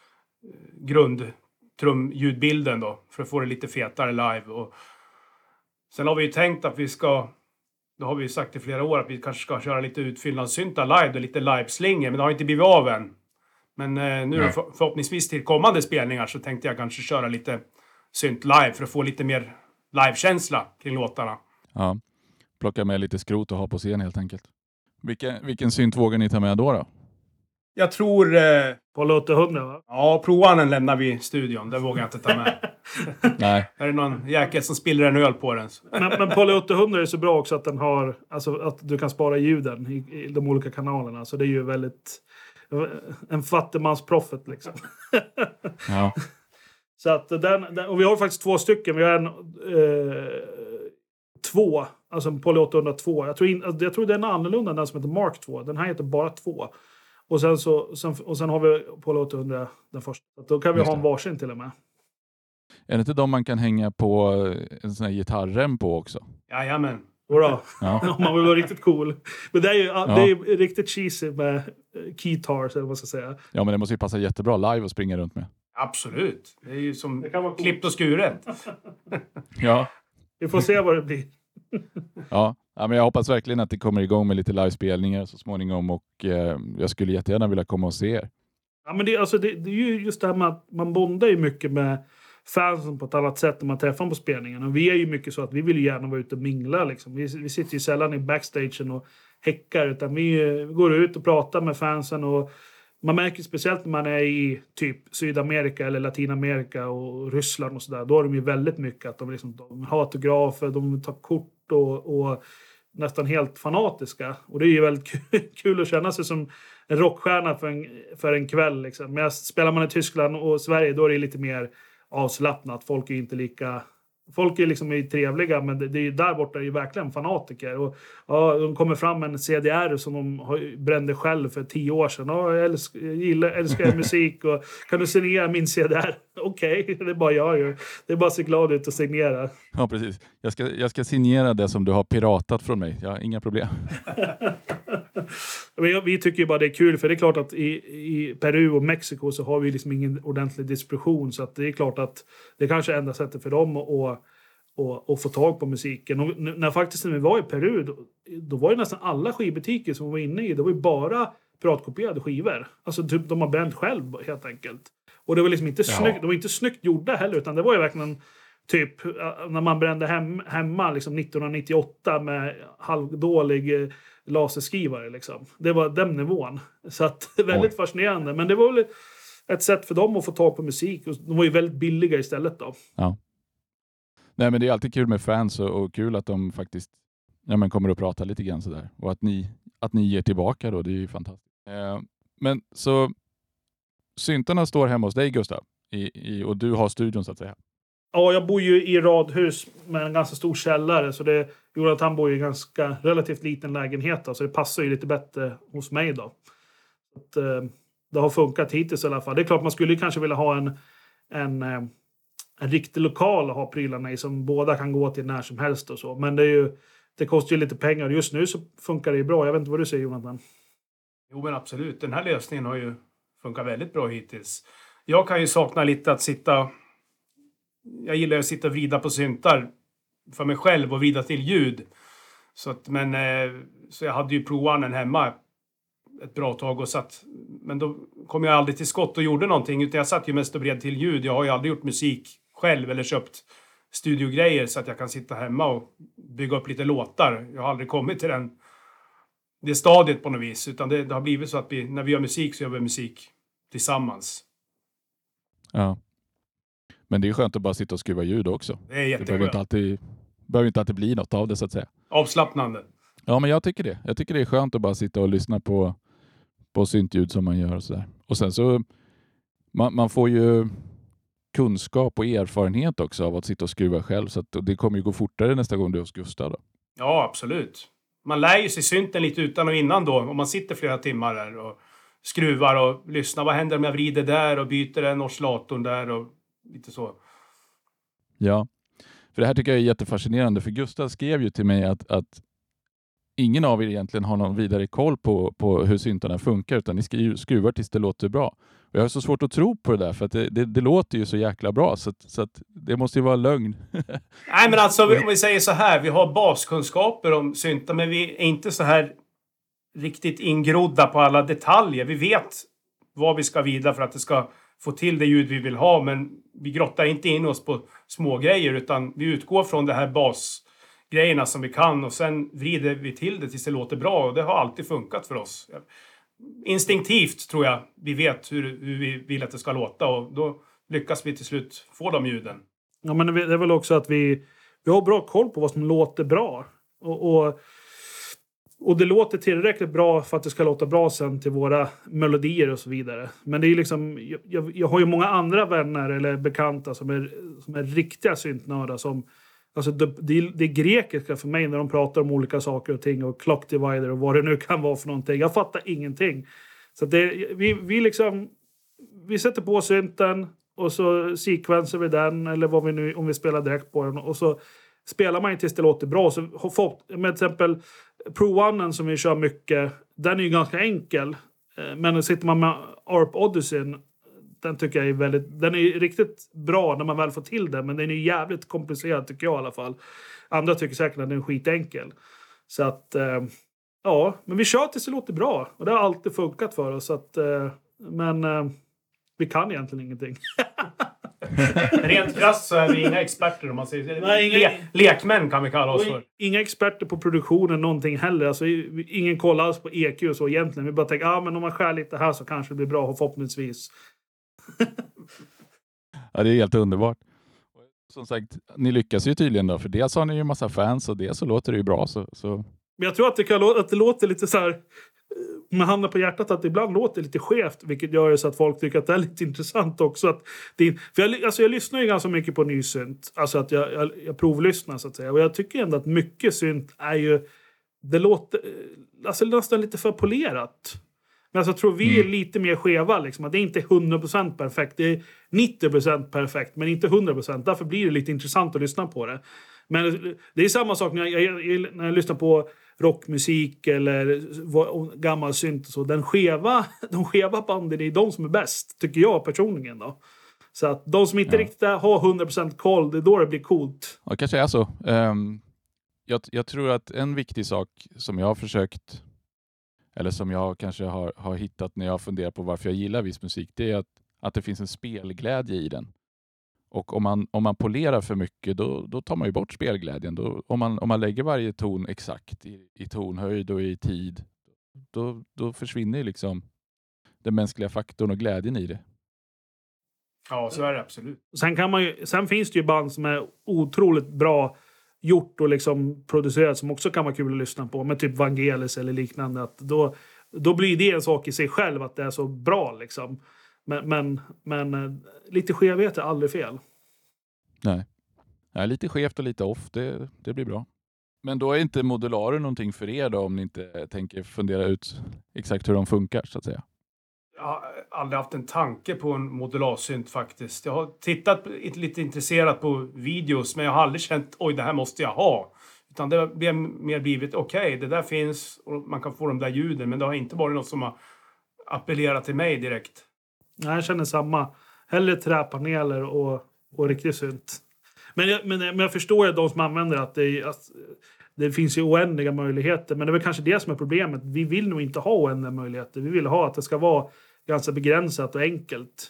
grundtrumljudbilden då för att få det lite fetare live. Och sen har vi ju tänkt att det har vi ju sagt i flera år att vi kanske ska köra lite utfyllnadssyntar live och lite liveslingor, men det har inte blivit av än. Men nu förhoppningsvis till kommande spelningar så tänkte jag kanske köra lite synt live för att få lite mer livekänsla kring låtarna. Ja, plocka med lite skrot och ha på scen helt enkelt. Vilken synt vågar ni ta med då? Jag tror... På 800 va? Ja, provanen lämnar vi i studion. Det vågar jag inte ta med. Nej. Är det någon jäkel som spiller en öl på den? Men Poly 800 är så bra också att den har... Alltså att du kan spara ljuden i de olika kanalerna. Så det är ju väldigt... En fattigmansproffet liksom. Ja. Så att och vi har faktiskt 2 stycken. Vi har en... 2. Alltså en Poly 802. Jag tror den är annorlunda än den som heter Mark 2. Den här heter bara 2. Och sen har vi på låt 100 den första. Då kan vi ha en varsin till och med. Är det inte de man kan hänga på en sån här gitarrrem på också? Jajamän. Jodå. Ja. Om man vill vara riktigt cool. Men det är ju riktigt cheesy med keytars, eller vad man ska säga. Ja, men det måste ju passa jättebra live att springa runt med. Absolut. Det är ju som Det kan vara coolt. klippt och skuret. Ja. Vi får se vad det blir. Ja, men jag hoppas verkligen att det kommer igång med lite livespelningar så småningom och jag skulle jättegärna vilja komma och se er. Ja, men det är ju just det här med att man bondar ju mycket med fansen på ett annat sätt när man träffar dem på spelningen. Och vi är ju mycket så att vi vill ju gärna vara ute och mingla. Liksom. Vi sitter ju sällan i backstagen och häckar, utan vi går ut och pratar med fansen. Och man märker speciellt när man är i typ Sydamerika eller Latinamerika och Ryssland och sådär. Då har de ju väldigt mycket att de har autografer, de tar kort och nästan helt fanatiska. Och det är ju väldigt kul att känna sig som en rockstjärna för en kväll. Liksom. Men spelar man i Tyskland och Sverige, då är det lite mer avslappnat. Folk är inte lika... Folk är liksom trevliga, men det är ju där borta är ju verkligen fanatiker. Och de kommer fram med en CDR som de brände själv för 10 år sedan. Jag älskar musik och kan du signera min CDR? Okej, det är bara jag ju. Det är bara så glad ut att signera. Ja, precis. Jag ska signera det som du har piratat från mig. Jag har inga problem. Vi tycker ju bara det är kul, för det är klart att i Peru och Mexiko så har vi liksom ingen ordentlig distribution, så att det är klart att det kanske är enda sättet för dem att få tag på musiken. Och när vi var i Peru, då var ju nästan alla skivbutiker som vi var inne i, det var ju bara piratkopierade skivor. Alltså typ de har bränt själv helt enkelt. Och det var liksom inte snyggt, de var inte snyggt gjorda heller, utan det var ju verkligen typ när man brände hemma liksom 1998 med halvdålig laserskrivare liksom. Det var den nivån. Så att väldigt fascinerande. Men det var väl ett sätt för dem att få tag på musik. Och de var ju väldigt billiga istället då. Ja. Nej, men det är alltid kul med fans och kul att de faktiskt kommer att prata lite grann sådär. Och att ni ger tillbaka då, det är ju fantastiskt. Men så syntarna står hemma hos dig, Gustav. Och du har studion så att säga. Ja, jag bor ju i radhus med en ganska stor källare, så det gjorde att han bor i en ganska relativt liten lägenhet då, så det passar ju lite bättre hos mig då. Att, det har funkat hittills i alla fall. Det är klart man skulle kanske vilja ha en riktig lokal att ha prylarna i som båda kan gå till när som helst och så. Men det kostar ju lite pengar. Just nu så funkar det ju bra. Jag vet inte vad du säger, Jonathan. Jo, men absolut. Den här lösningen har ju funkat väldigt bra hittills. Jag kan ju sakna lite att sitta... Jag gillar att sitta och vrida på syntar för mig själv och vrida till ljud. Så jag hade ju Pro-Onen hemma ett bra tag och men då kom jag aldrig till skott och gjorde någonting, utan jag satt ju mest och vred till ljud. Jag har ju aldrig gjort musik själv eller köpt studiogrejer så att jag kan sitta hemma och bygga upp lite låtar. Jag har aldrig kommit till det stadiet på något vis, utan det har blivit så att när vi gör musik så gör vi musik tillsammans. Ja. Men det är skönt att bara sitta och skruva ljud också. Det är jätteskönt. Det behöver inte alltid bli något av det så att säga. Avslappnande. Ja, men jag tycker det. Jag tycker det är skönt att bara sitta och lyssna på syntljud som man gör och sådär. Och sen så man får ju kunskap och erfarenhet också av att sitta och skruva själv, så att det kommer ju gå fortare nästa gång du är hos Gustav då. Ja, absolut. Man lär ju sig synten lite utan och innan då, om man sitter flera timmar där och skruvar och lyssnar. Vad händer om jag vrider där och byter den oscillatorn där och lite så. Ja, för det här tycker jag är jättefascinerande, för Gustav skrev ju till mig att ingen av er egentligen har någon vidare koll på hur syntarna funkar, utan ni skruvar tills det låter bra. Och jag har så svårt att tro på det där, för att det låter ju så jäkla bra, så att det måste ju vara lögn. Nej, men alltså om vi säger så här, vi har baskunskaper om syntar, men vi är inte så här riktigt ingrodda på alla detaljer. Vi vet vad vi ska vrida för att det ska få till det ljud vi vill ha, men vi grottar inte in oss på små grejer, utan vi utgår från det här basgrejerna som vi kan och sen vrider vi till det tills det låter bra, och det har alltid funkat för oss. Instinktivt tror jag vi vet hur vi vill att det ska låta, och då lyckas vi till slut få de ljuden. Ja, men det är väl också att vi har bra koll på vad som låter bra. Och det låter tillräckligt bra för att det ska låta bra sen till våra melodier och så vidare. Men det är liksom, jag har ju många andra vänner eller bekanta som är riktiga syntnördar som, alltså det är grekiska för mig när de pratar om olika saker och ting och clock divider och vad det nu kan vara för någonting. Jag fattar ingenting. Så vi sätter på synten och så sekvenser vi den eller vad vi nu, om vi spelar direkt på den, och så spelar man tills det låter bra. Så med till exempel Pro One som vi kör mycket, den är ju ganska enkel. Men sitter man med ARP Odyssey, den tycker jag den är riktigt bra när man väl får till det, men den är jävligt komplicerad tycker jag i alla fall. Andra tycker säkert att den är skitenkel. Så att men vi kör tills det låter bra, och det har alltid funkat för oss. Så att, vi kan egentligen ingenting. Rent krasst så är vi inga experter om man säger. Nej, lekmän kan vi kalla oss för. Inga experter på produktionen någonting heller. Alltså, ingen kollar alls på EQ och så egentligen. Vi bara tänker, men om man skär lite här så kanske det blir bra, förhoppningsvis. Ja, det är helt underbart. Som sagt, ni lyckas ju tydligen då, för dels har ni ju en massa fans och dels så låter det ju bra. Så. Men jag tror att det låter lite så här, med handen på hjärtat, att det ibland låter lite skevt, vilket gör så att folk tycker att det är lite intressant också. För jag lyssnar ju ganska mycket på ny synt. Alltså att jag provlyssnar så att säga. Och jag tycker ändå att mycket synt är ju, det låter nästan lite för polerat. Men alltså, jag tror vi är lite mer skeva liksom. Att det är inte 100% perfekt. Det är 90% perfekt, men inte 100%. Därför blir det lite intressant att lyssna på det. Men det är samma sak när jag lyssnar på rockmusik eller gammal synt och så. De skeva banden är de som är bäst, tycker jag personligen då. Så att de som inte riktigt har 100% koll, det är då det blir coolt. Ja, kanske är så. Jag tror att en viktig sak som jag har försökt, eller som jag kanske har hittat när jag funderar på varför jag gillar viss musik, det är att det finns en spelglädje i den. Och om man polerar för mycket, då tar man ju bort spelglädjen. Om man lägger varje ton exakt i tonhöjd och i tid, då försvinner liksom den mänskliga faktorn och glädjen i det. Ja, så är det absolut. Sen finns det ju band som är otroligt bra gjort och liksom producerat, som också kan vara kul att lyssna på, med typ Vangelis eller liknande. Att då blir det en sak i sig själv att det är så bra liksom. Men lite skevhet är aldrig fel. Nej. Ja, lite skevt och lite off, det blir bra. Men då är inte modularer någonting för er då, om ni inte tänker fundera ut exakt hur de funkar så att säga? Jag har aldrig haft en tanke på en modularsynt faktiskt. Jag har tittat lite intresserat på videos, men jag har aldrig känt, det här måste jag ha. Utan det har mer blivit, det där finns och man kan få de där ljuden, men det har inte varit något som har appellerat till mig direkt. Nej, jag känner samma. Hellre träpaneler och riktigt synt. Men jag förstår att de som använder att det finns ju oändliga möjligheter. Men det är väl kanske det som är problemet. Vi vill nog inte ha oändliga möjligheter. Vi vill ha att det ska vara ganska begränsat och enkelt.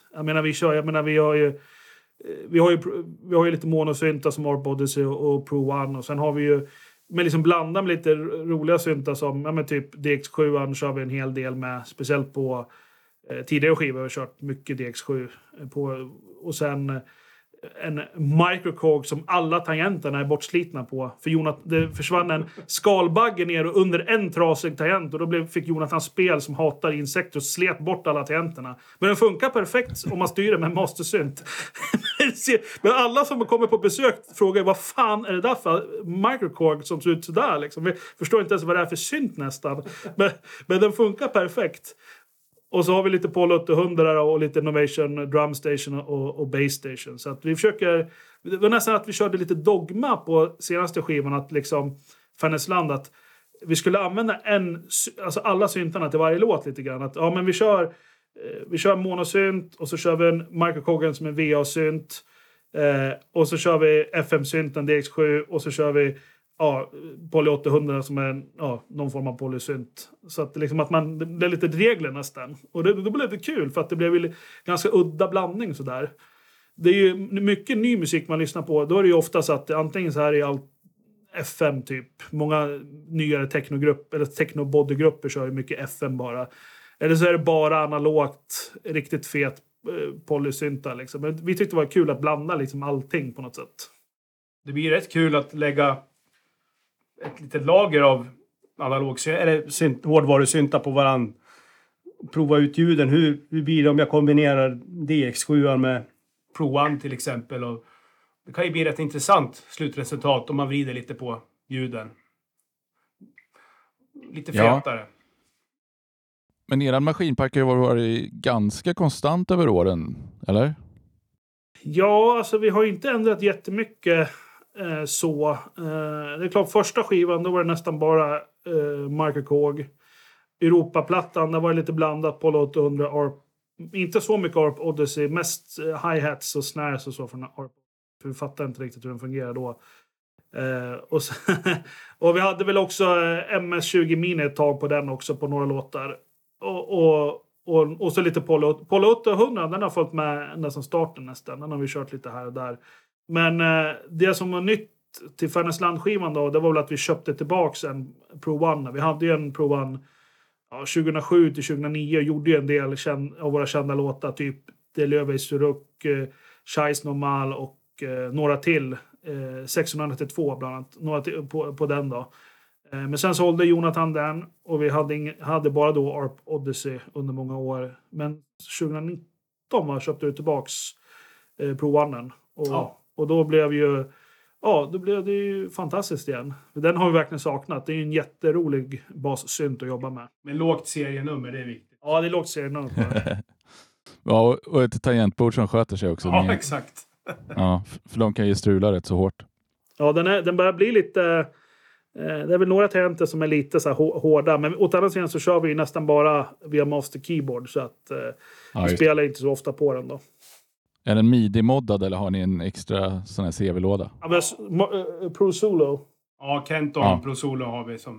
Vi har ju lite monosyntar som ARP Odyssey och Pro One. Och sen har vi ju, men liksom blanda med lite roliga syntar som typ DX7 kör vi en hel del med. Speciellt på tidigare skivor har vi kört mycket DX7 på. Och sen en microKOG som alla tangenterna är bortslitna på. För det försvann en skalbagge ner och under en trasig tangent. Och då fick Jonathan spel som hatar insekter och slet bort alla tangenterna. Men den funkar perfekt om man styr den med en mastersynt. Men alla som kommer på besök frågar, vad fan är det där för microKOG som ser ut sådär liksom? Vi förstår inte ens vad det är för synt nästan. Men den funkar perfekt. Och så har vi lite Paul 800 och lite Innovation Drum Station och Bass Station. Så att vi försöker, det var nästan att vi körde lite dogma på senaste skivan, att liksom Färnäsland, att vi skulle använda alla syntarna till varje låt lite grann. Att men vi kör monosynt och så kör vi en microKOGen som är VA-synt och så kör vi FM-synten DX7 och så kör vi Poly 800 som är någon form av polysynt. Så att liksom att det är lite regler nästan. Och då blev det kul för att det blev ganska udda blandning sådär. Det är ju mycket ny musik man lyssnar på. Då är det ju oftast att antingen så här är allt FM typ. Många nyare technogrupper eller technobodygrupper kör ju mycket FM bara. Eller så är det bara analogt, riktigt fet polysynta liksom. Men vi tyckte det var kul att blanda liksom allting på något sätt. Det blir rätt kul att lägga ett litet lager av analog eller hårdvarusynta på varann. Prova ut ljuden. Hur blir det om jag kombinerar DX7 med Pro One till exempel? Och det kan ju bli rätt intressant slutresultat om man vrider lite på ljuden. Lite fetare. Men eran maskinpark har ju varit ganska konstant över åren, eller? Ja, alltså vi har ju inte ändrat jättemycket så. Det är klart, första skivan då var det nästan bara Marker Kåg. Europaplattan, där var det lite blandat på 800 ARP. Inte så mycket ARP Odyssey, mest hi-hats och snares och så från ARP. För vi fattar inte riktigt hur den fungerar då. Och vi hade väl också MS-20 Mini ett tag på den också på några låtar. Och så lite Polo 800, den har följt med ända sedan starten nästan. Den har vi kört lite här och där. Men det som var nytt till Färnäsland-skivan då, det var väl att vi köpte tillbaks en Pro One. Vi hade ju en Pro One 2007 till 2009 och gjorde ju en del av våra kända låtar. Typ Delöve Suruk, Chais Normal och några till. 692 bland annat. Några till, på den då. Men sen sålde Jonathan den och vi hade bara då ARP Odyssey under många år. Men 2019 köpte vi tillbaks Pro One. Och då blev det ju fantastiskt igen. Den har vi verkligen saknat. Det är ju en jätterolig bassynt att jobba med. Men lågt serienummer, det är viktigt. Ja, det är lågt serienummer på den. Ja, och ett tangentbord som sköter sig också. Ja, exakt. Ja, för de kan ju strula rätt så hårt. Ja, den börjar bli lite... Det är väl några tangenter som är lite så här hårda. Men åt andra sidan så kör vi nästan bara via Master Keyboard. Så att vi spelar inte så ofta på den då. Är den midi-moddad eller har ni en extra sån här CV-låda? Ja, Pro Solo. Ja, Kenton Pro Solo har vi som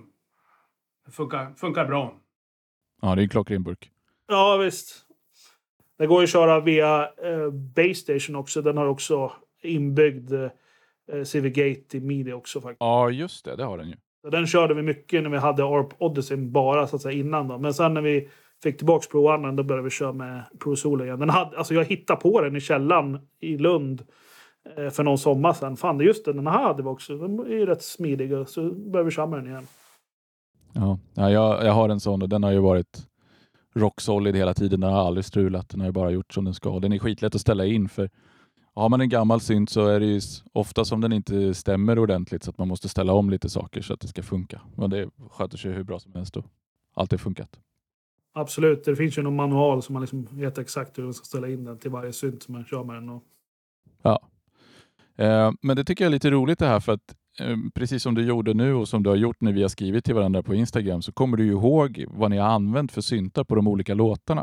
funkar bra. Ja, det är en klockren burk. Ja, visst. Det går ju att köra via Base Station också. Den har också inbyggd CV Gate i midi också faktiskt. Ja, just det har den ju. Den körde vi mycket när vi hade ARP Odyssey bara så att säga innan då. Men sen när vi fick tillbaka Pro One, då började vi köra med Pro Solo igen. Jag hittade på den i källan i Lund för någon sommar sedan. Fan, det är just den här hade vi också. Den är ju rätt smidig, så började vi köra med den igen. Ja, jag har en sån och den har ju varit rock solid hela tiden. Den har aldrig strulat. Den har ju bara gjort som den ska. Den är skitlätt att ställa in för har man en gammal synt så är det ju ofta som den inte stämmer ordentligt så att man måste ställa om lite saker så att det ska funka. Men det sköter sig hur bra som helst då. Allt är funkat. Absolut. Det finns ju någon manual som man liksom vet exakt hur man ska ställa in den till varje synt som man kör med den. Ja. Men det tycker jag är lite roligt det här för att precis som du gjorde nu och som du har gjort när vi har skrivit till varandra på Instagram så kommer du ju ihåg vad ni har använt för syntar på de olika låtarna.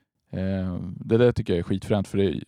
Det där tycker jag är skitfränt för det,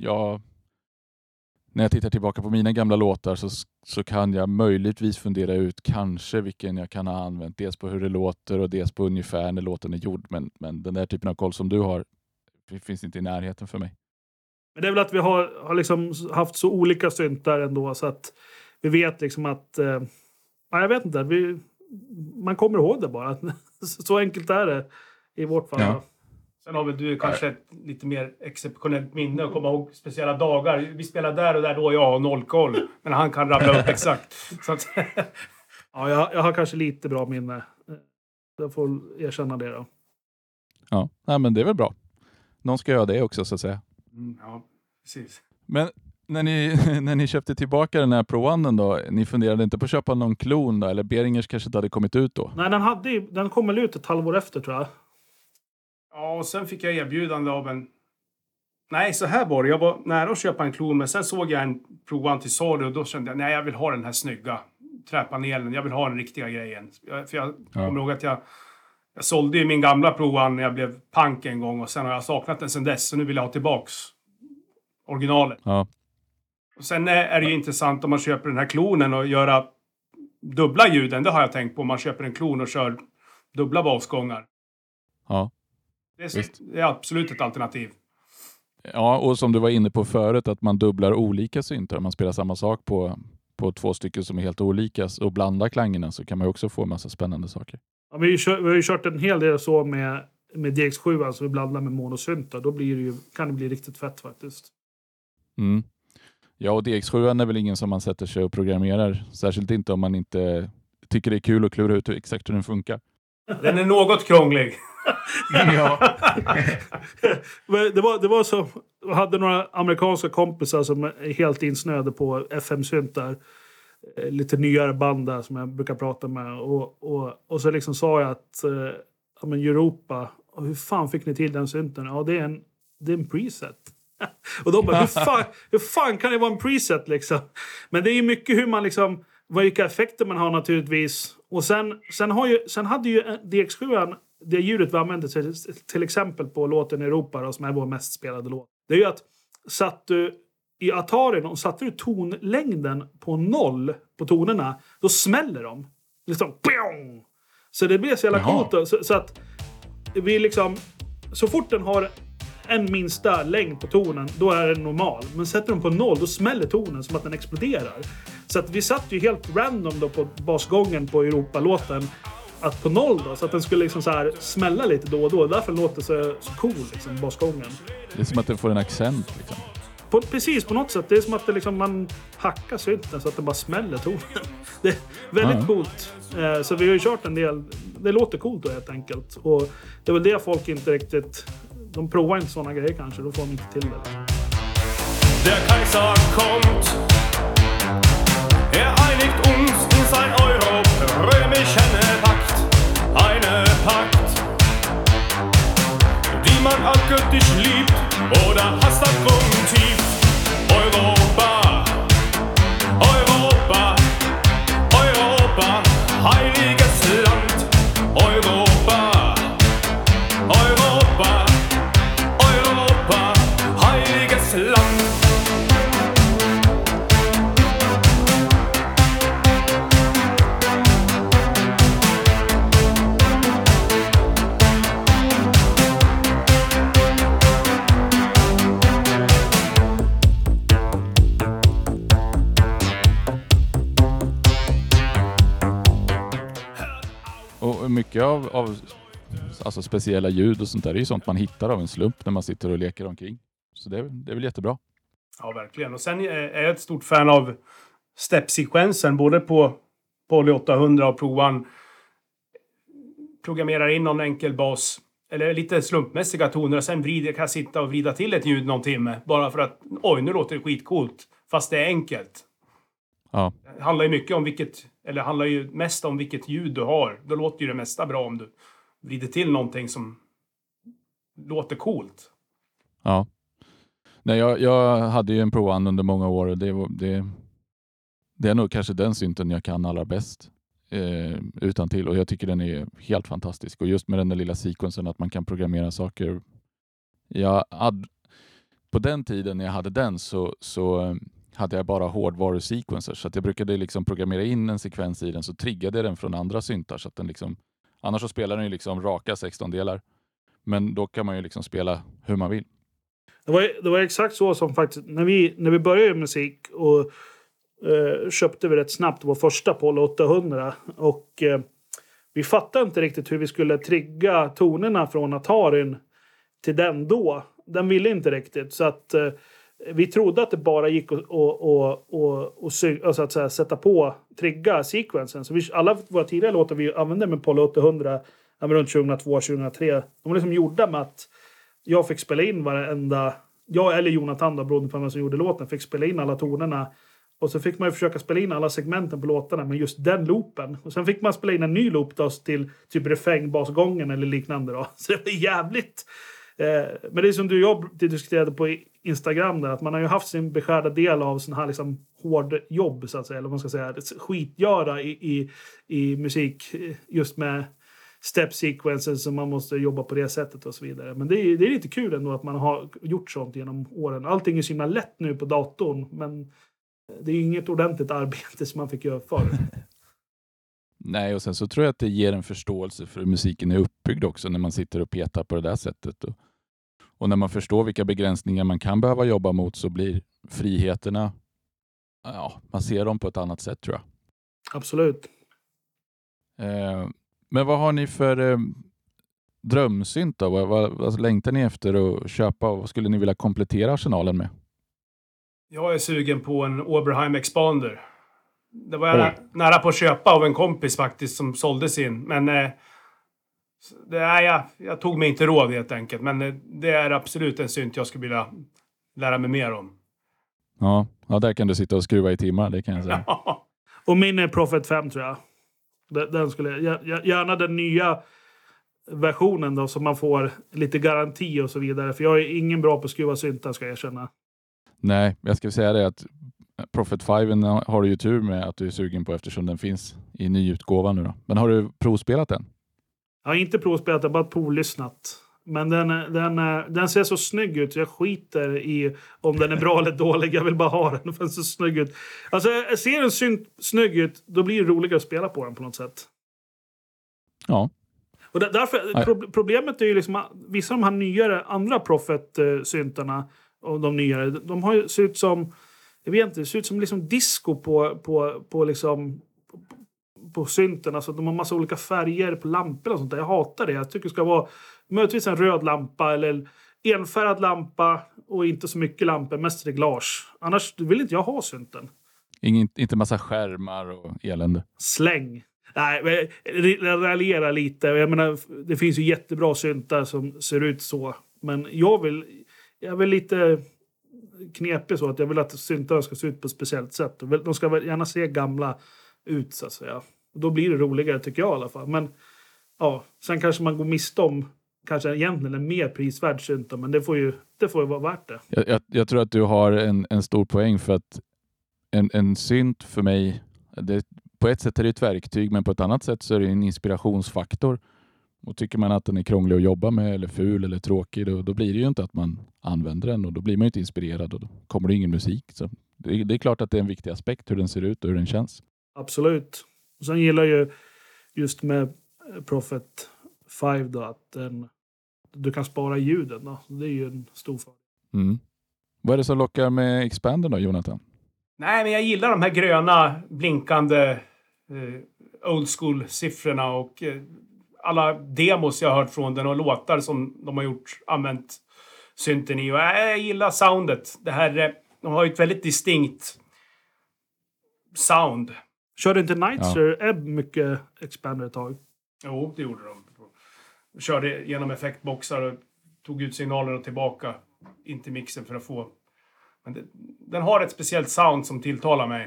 när jag tittar tillbaka på mina gamla låtar så kan jag möjligtvis fundera ut kanske vilken jag kan ha använt. Dels på hur det låter och dels på ungefär när låten är gjord. Men den där typen av koll som du har finns inte i närheten för mig. Men det är väl att vi har liksom haft så olika syntar ändå så att vi vet liksom att... jag vet inte. Man kommer ihåg det bara. Så enkelt är det i vårt fall. Ja. Sen har väl du kanske ett lite mer exceptionellt minne och komma ihåg speciella dagar. Vi spelar där och där då jag har noll koll. Men han kan rabbla upp exakt. Så att ja, jag har kanske lite bra minne. Jag får erkänna det då. Ja, men det är väl bra. Någon ska göra det också så att säga. Ja, precis. Men när ni köpte tillbaka den här Pro One då, ni funderade inte på att köpa någon klon då? Eller Beringers kanske inte hade kommit ut då? Nej, den kom väl ut ett halvår efter tror jag. Ja, och sen fick jag erbjudande av en... Nej, så här var det. Jag var nära att köpa en klon, men sen såg jag en Pro One till salu och då kände jag, nej, jag vill ha den här snygga träpanelen. Jag vill ha den riktiga grejen. För jag kommer ihåg att jag sålde ju min gamla Pro One när jag blev punk en gång och sen har jag saknat den sen dess. Så nu vill jag ha tillbaks originalet. Ja. Och sen är det ju intressant om man köper den här klonen och göra dubbla ljuden. Det har jag tänkt på om man köper en klon och kör dubbla basgångar. Ja. Det är absolut ett alternativ. Ja, och som du var inne på förut att man dubblar olika syntar. Man spelar samma sak på två stycken som är helt olika och blandar klangerna så kan man ju också få en massa spännande saker. Ja, vi har ju kört en hel del så med DX7 så vi blandar med monosyntar. Då kan det bli riktigt fett faktiskt. Mm. Ja, och DX7 är väl ingen som man sätter sig och programmerar. Särskilt inte om man inte tycker det är kul att klura ut exakt hur den funkar. Den är något krånglig. Ja. det var så. Jag hade några amerikanska kompisar som är helt insnöade på FM-syntar. Lite nyare band där som jag brukar prata med. Och så liksom sa jag att Europa Och hur fan fick ni till den synten? Ja, det är en preset. Och de bara, hur fan kan det vara en preset liksom? Men det är ju mycket hur man liksom, vilka effekter man har naturligtvis. Och sen hade ju DX7, det ljudet vi använde till exempel på låten Europa då, som är vår mest spelade låt. Det är ju att satt du i Atarin och satte du tonlängden på 0 på tonerna, då smäller de. Liksom, pjong! Så det blir så jävla coolt. Så att vi liksom, så fort den har en minsta längd på tonen, då är den normal. Men sätter de på 0, då smäller tonen som att den exploderar. Så att vi satt ju helt random då på basgången på Europa-låten att på 0 då, så att den skulle liksom så här smälla lite då och då. Därför låter det så cool liksom, basgången. Det är som att den får en accent liksom. Precis, på något sätt. Det är som att det liksom, man hackar synten så att det bara smäller tonen. Det är väldigt coolt. Så vi har ju kört en del. Det låter coolt då helt enkelt. Och det är väl det folk inte riktigt... De provar inte sådana grejer kanske. Då får de inte till det. Der Kaiser kommt. Einigt uns in sein Euro-römischen Pakt. Eine Pakt, die man abgöttisch liebt oder hasst abgrundtief. Europa, Europa, Europa, heiliges Land. Europa, Europa, Europa, heiliges Land. Och mycket av alltså speciella ljud och sånt där, det är ju sånt man hittar av en slump när man sitter och leker omkring. Så det är väl jättebra. Ja, verkligen. Och sen är jag ett stort fan av step-sekvensen, både på Poly 800 och Pro One. Programmerar in någon enkel bas, eller lite slumpmässiga toner, och sen kan jag sitta och vrida till ett ljud någon timme. Bara för att, nu låter det skitcoolt. Fast det är enkelt. Ja. Det handlar ju mycket om handlar ju mest om vilket ljud du har. Då låter ju det mesta bra om du vrider till någonting som låter coolt. Ja. Nej, jag hade ju en Pro One under många år och det är nog kanske den synten jag kan allra bäst utan till, och jag tycker den är helt fantastisk. Och just med den där lilla sequensen att man kan programmera saker. På den tiden när jag hade den så hade jag bara hårdvarusequencer, så att jag brukade liksom programmera in en sekvens i den, så triggade den från andra syntar, så att den liksom, annars så spelar den ju liksom raka 16-delar, men då kan man ju liksom spela hur man vill. Det var exakt så som faktiskt när vi började musik och köpte vi rätt snabbt vår första Poly 800 och vi fattade inte riktigt hur vi skulle trigga tonerna från Atarin till den då. Den ville inte riktigt, så att vi trodde att det bara gick att så att säga, sätta på trigga sequensen. Så alla våra tidigare låtar vi använde med Poly 800 runt 2002-2003. De var liksom gjorda med att jag fick spela in varenda... Jag eller Jonathan då, brodern på vem som gjorde låten, fick spela in alla tonerna. Och så fick man ju försöka spela in alla segmenten på låtarna med just den loopen. Och sen fick man spela in en ny loop då, till typ refrängbasgången eller liknande då. Så det var jävligt... Men det är som du och jag diskuterade på Instagram där, att man har ju haft sin beskärda del av sån här liksom hård jobb så att säga, eller vad man ska säga, skitgöra i musik, just med step sequences som man måste jobba på det sättet och så vidare. Men det är lite kul ändå att man har gjort sånt genom åren. Allting är så himla lätt nu på datorn, men det är ju inget ordentligt arbete som man fick göra förr. Nej, och sen så tror jag att det ger en förståelse för hur musiken är uppbyggd också när man sitter och petar på det där sättet. Och när man förstår vilka begränsningar man kan behöva jobba mot, så blir friheterna, man ser dem på ett annat sätt, tror jag. Absolut. Men vad har ni för drömsynt då? Vad längtar ni efter att köpa, och vad skulle ni vilja komplettera arsenalen med? Jag är sugen på en Oberheim Expander. Det var jag nära på att köpa av en kompis faktiskt som sålde sin. Men jag tog mig inte råd helt enkelt. Men det är absolut en synt jag skulle vilja lära mig mer om. Ja, där kan du sitta och skruva i timmar, det kan jag säga. Och min är Prophet 5 tror jag. Den skulle gärna den nya versionen då, så man får lite garanti och så vidare. För jag är ingen bra på att skruva syntar, ska jag erkänna. Nej, jag ska säga det att Prophet 5 har du ju tur med att du är sugen på eftersom den finns i nyutgåvan nu då. Men har du provspelat den? Jag har inte provspelat den, bara provlyssnat. Men den ser så snygg ut. Jag skiter i om den är bra eller dålig. Jag vill bara ha den, för den ser så snygg ut. Alltså, ser den snygg ut, då blir det roligare att spela på den på något sätt. Ja. Och därför, problemet är ju liksom att vissa av de här nyare, andra Prophet-syntarna och de nyare, de har ju ser ut som, jag vet inte, det ser ut som liksom disco på liksom på synten. Alltså de har massa olika färger på lampor och sånt där. Jag hatar det. Jag tycker det ska vara möjligtvis en röd lampa eller enfärgad lampa och inte så mycket lampor, mest reglage. Annars vill inte jag ha synten. Inte massa skärmar och elände. Släng. Nej, jag raljerar lite. Jag menar, det finns ju jättebra syntar som ser ut så. Men jag vill lite knepig så att jag vill att syntar ska se ut på ett speciellt sätt. De ska gärna se gamla ut, så att säga. Då blir det roligare, tycker jag i alla fall. Men ja, sen kanske man går miste om kanske egentligen en mer prisvärd synta, men det får ju vara värt det. Jag tror att du har en stor poäng, för att en synt för mig, på ett sätt är det ett verktyg, men på ett annat sätt så är det en inspirationsfaktor. Och tycker man att den är krånglig att jobba med eller ful eller tråkig, då blir det ju inte att man använder den, och då blir man ju inte inspirerad och då kommer det ingen musik. Så det är klart att det är en viktig aspekt hur den ser ut och hur den känns. Absolut. Och sen gillar jag ju just med Prophet 5 då att du kan spara ljuden då. Det är ju en stor fördel. Mm. Vad är det som lockar med Expander då, Jonathan? Nej, men jag gillar de här gröna blinkande old school-siffrorna och alla demos jag har hört från den och låtar som de har använt synten i. Och jag gillar soundet. Det här, de har ju ett väldigt distinkt sound. Körde inte Nightshare Ebb mycket Expander ett tag? Jo, det gjorde de. De körde genom effektboxar och tog ut signalerna tillbaka in till mixen för att få... Men den har ett speciellt sound som tilltalar mig.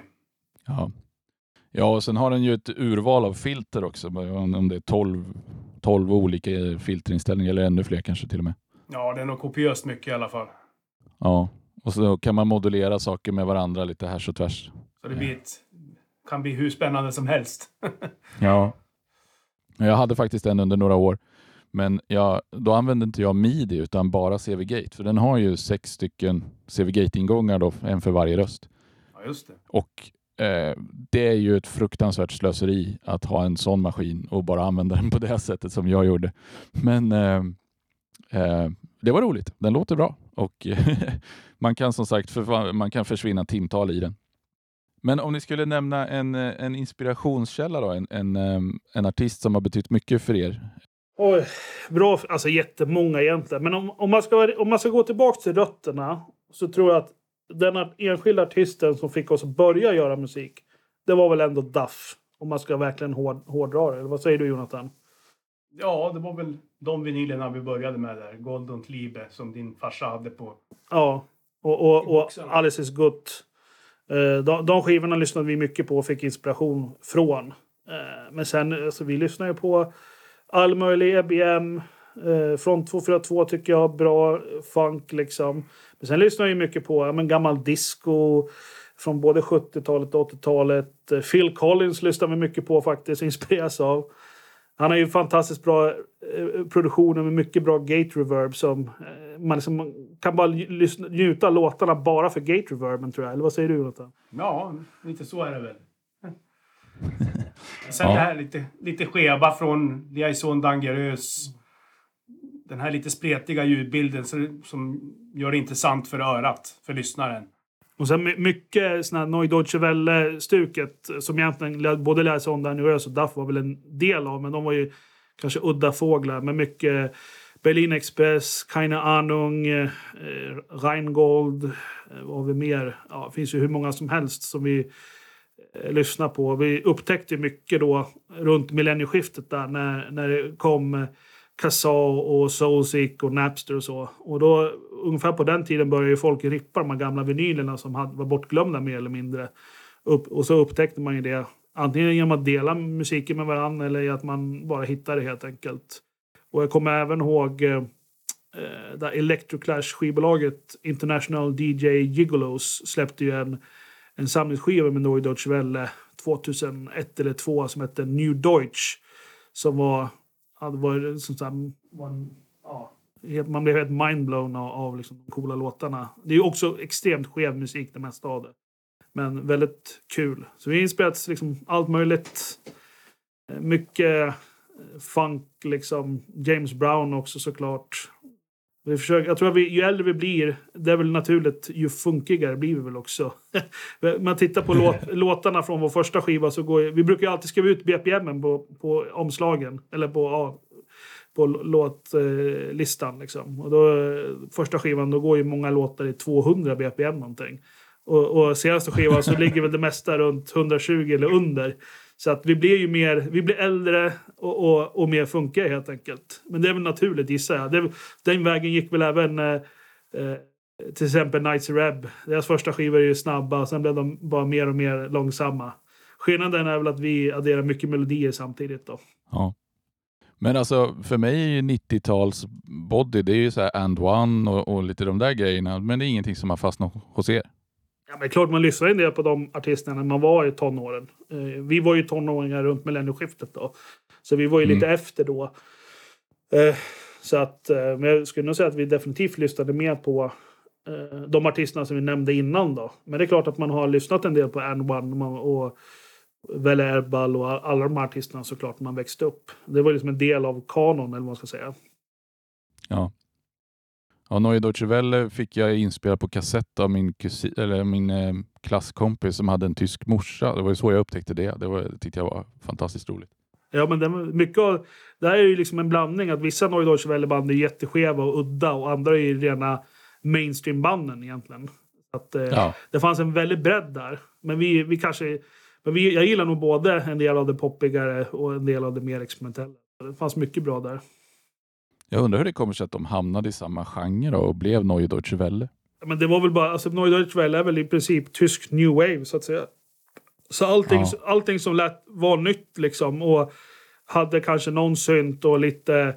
Ja, och sen har den ju ett urval av filter också. Om det är 12 olika filterinställningar eller ännu fler kanske till och med. Ja, det är nog kopiöst mycket i alla fall. Ja, och så kan man modulera saker med varandra lite här så tvärs. Så det kan bli hur spännande som helst. Ja. Jag hade faktiskt en under några år. Men då använde inte jag MIDI utan bara CV-Gate. För den har ju 6 stycken CV-Gate-ingångar då, en för varje röst. Ja, just det. Och det är ju ett fruktansvärt slöseri att ha en sån maskin och bara använda den på det sättet som jag gjorde. Men det var roligt. Den låter bra. Och man kan som sagt man kan försvinna timtal i den. Men om ni skulle nämna en inspirationskälla då, en artist som har betytt mycket för er. Oj, bra. Alltså jättemånga egentligen. Men om man ska gå tillbaka till rötterna, så tror jag att den enskilda artisten som fick oss att börja göra musik, det var väl ändå Duff. Om man ska verkligen hårdra det. Eller vad säger du, Jonathan? Ja, det var väl de vinylerna vi började med där. Golden Liebe som din farsa hade på. Ja, och Alice is Good. De skivorna lyssnade vi mycket på och fick inspiration från. Men sen, alltså, vi lyssnar ju på all möjlig EBM. Från 242 tycker jag bra funk liksom. Men sen lyssnar jag ju mycket på gammal disco från både 70-talet och 80-talet. Phil Collins lyssnar vi mycket på faktiskt, inspireras av. Han har ju fantastiskt bra produktioner med mycket bra gate reverb som man liksom kan bara njuta låtarna bara för gate reverben, tror jag. Eller vad säger du, Jonathan? Ja, lite så är det väl. Sen det här lite skeva från Liaison Dangerös. Den här lite spretiga ljudbilden som gör det intressant för örat, för lyssnaren. Och sen mycket sån här Neue Deutsche Welle-stuket som egentligen både Liaison Dangerös och Duff var väl en del av, men de var ju kanske udda fåglar med mycket Berlin Express, Keine Ahnung, Rheingold, vad har vi mer? Ja, det finns ju hur många som helst som vi lyssnar på. Vi upptäckte mycket då runt millennieskiftet där när det kom Kazaa och Soulseek och Napster och så. Och då ungefär på den tiden började ju folk rippa de här gamla vinylerna som var bortglömda mer eller mindre. Och så upptäckte man ju det. Antingen genom att dela musiken med varandra eller att man bara hittade det helt enkelt. Och jag kommer även ihåg där Electroclash skivbolaget International DJ Gigolos släppte ju en samlingsskiva med Neue Deutsche Welle 2001 eller 2002 som hette New Deutsch. Som var man blev helt mindblown av liksom de coola låtarna. Det är ju också extremt skev musik det mesta av det. Men väldigt kul. Så vi har inspelat liksom allt möjligt. Mycket funk liksom. James Brown också såklart. Jag tror att ju äldre vi blir, det är väl naturligt, ju funkigare blir vi väl också. Man tittar på låtarna från vår första skiva så vi brukar ju alltid skriva ut BPMen på omslagen. Eller på låtlistan liksom. Och då, första skivan, då går ju många låtar i 200 BPM någonting. Och senaste skivan så ligger väl det mesta runt 120 eller under. Så att vi blir äldre och mer funkiga helt enkelt. Men det är väl naturligt gissar jag. Den vägen gick väl även till exempel Nights Reb. Deras första skivor är ju snabba, sen blev de bara mer och mer långsamma. Skillnaden är väl att vi adderar mycket melodier samtidigt då. Ja. Men alltså för mig är ju 90-tals body, det är ju så här And One och lite de där grejerna. Men det är ingenting som har fastnat hos er. Ja, men klart man lyssnar en del på de artisterna när man var i tonåren. Vi var ju tonåringar runt millennieskiftet då. Så vi var ju lite efter då. Så att, men jag skulle nog säga att vi definitivt lyssnade mer på de artisterna som vi nämnde innan då. Men det är klart att man har lyssnat en del på And One och Welle Erbal och alla de här artisterna såklart när man växte upp. Det var liksom en del av kanon eller vad man ska säga. Ja. Ja, Neue Deutsche Welle fick jag inspelad på kassett av min klasskompis som hade en tysk morsa. Det var ju så jag upptäckte det. Det tyckte jag var fantastiskt roligt. Ja, men det här är ju liksom en blandning att vissa Neue Deutsche Welle-band är jätteskeva och udda och andra är ju rena mainstream-banden egentligen. Att, det fanns en väldigt bredd där. Men jag gillar nog både en del av det poppigare och en del av det mer experimentella. Det fanns mycket bra där. Jag undrar hur det kommer sig att de hamnade i samma genre och blev Neue Deutsche Welle. Men det var väl bara, alltså Neue Deutsche Welle är väl i princip tysk new wave så att säga. Så allting som var nytt liksom och hade kanske någon synt och lite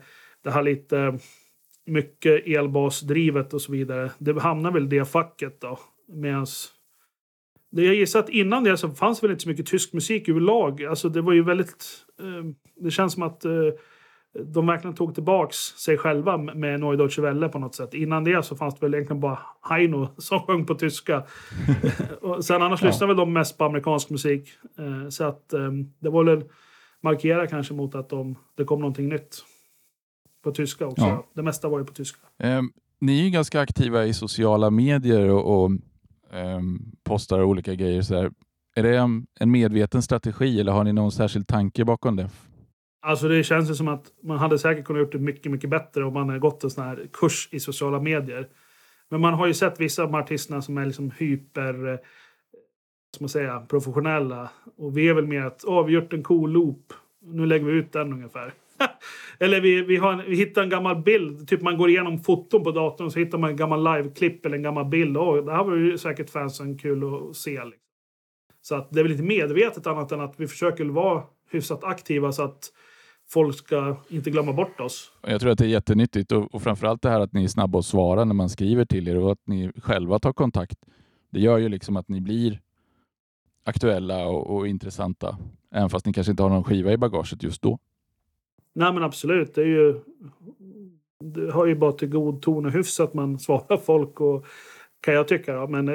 mycket elbasdrivet och så vidare. Det hamnar väl det facket då. Medans jag gissar att innan det så fanns väl inte så mycket tysk musik överlag. Alltså det var ju väldigt det känns som att de verkligen tog tillbaks sig själva med Neue Deutsche Welle på något sätt. Innan det så fanns det väl egentligen bara Heino som sjöng på tyska. Och sen annars lyssnade väl de mest på amerikansk musik. Så att det var väl markera kanske mot att det kom någonting nytt på tyska också. Ja. Det mesta var ju på tyska. Ni är ju ganska aktiva i sociala medier och postar olika grejer. Så här. Är det en medveten strategi eller har ni någon särskild tanke bakom det? Alltså det känns ju som att man hade säkert kunnat gjort det mycket, mycket bättre om man hade gått en sån här kurs i sociala medier. Men man har ju sett vissa av de artisterna som är liksom hyper, som man säger, professionella. Och vi är väl mer att, vi har gjort en cool loop. Nu lägger vi ut den ungefär. Eller vi hittar en gammal bild. Typ man går igenom foton på datorn och så hittar man en gammal live-klipp eller en gammal bild. Det här var ju säkert fansen kul att se. Liksom. Så att det är väl lite medvetet annat än att vi försöker vara hyfsat aktiva så att folk ska inte glömma bort oss. Jag tror att det är jättenyttigt och framförallt det här att ni är snabba att svara när man skriver till er och att ni själva tar kontakt. Det gör ju liksom att ni blir aktuella och intressanta även fast ni kanske inte har någon skiva i bagaget just då. Nej men absolut, det har ju bara till god ton och hyfs att man svarar folk och kan jag tycka då, men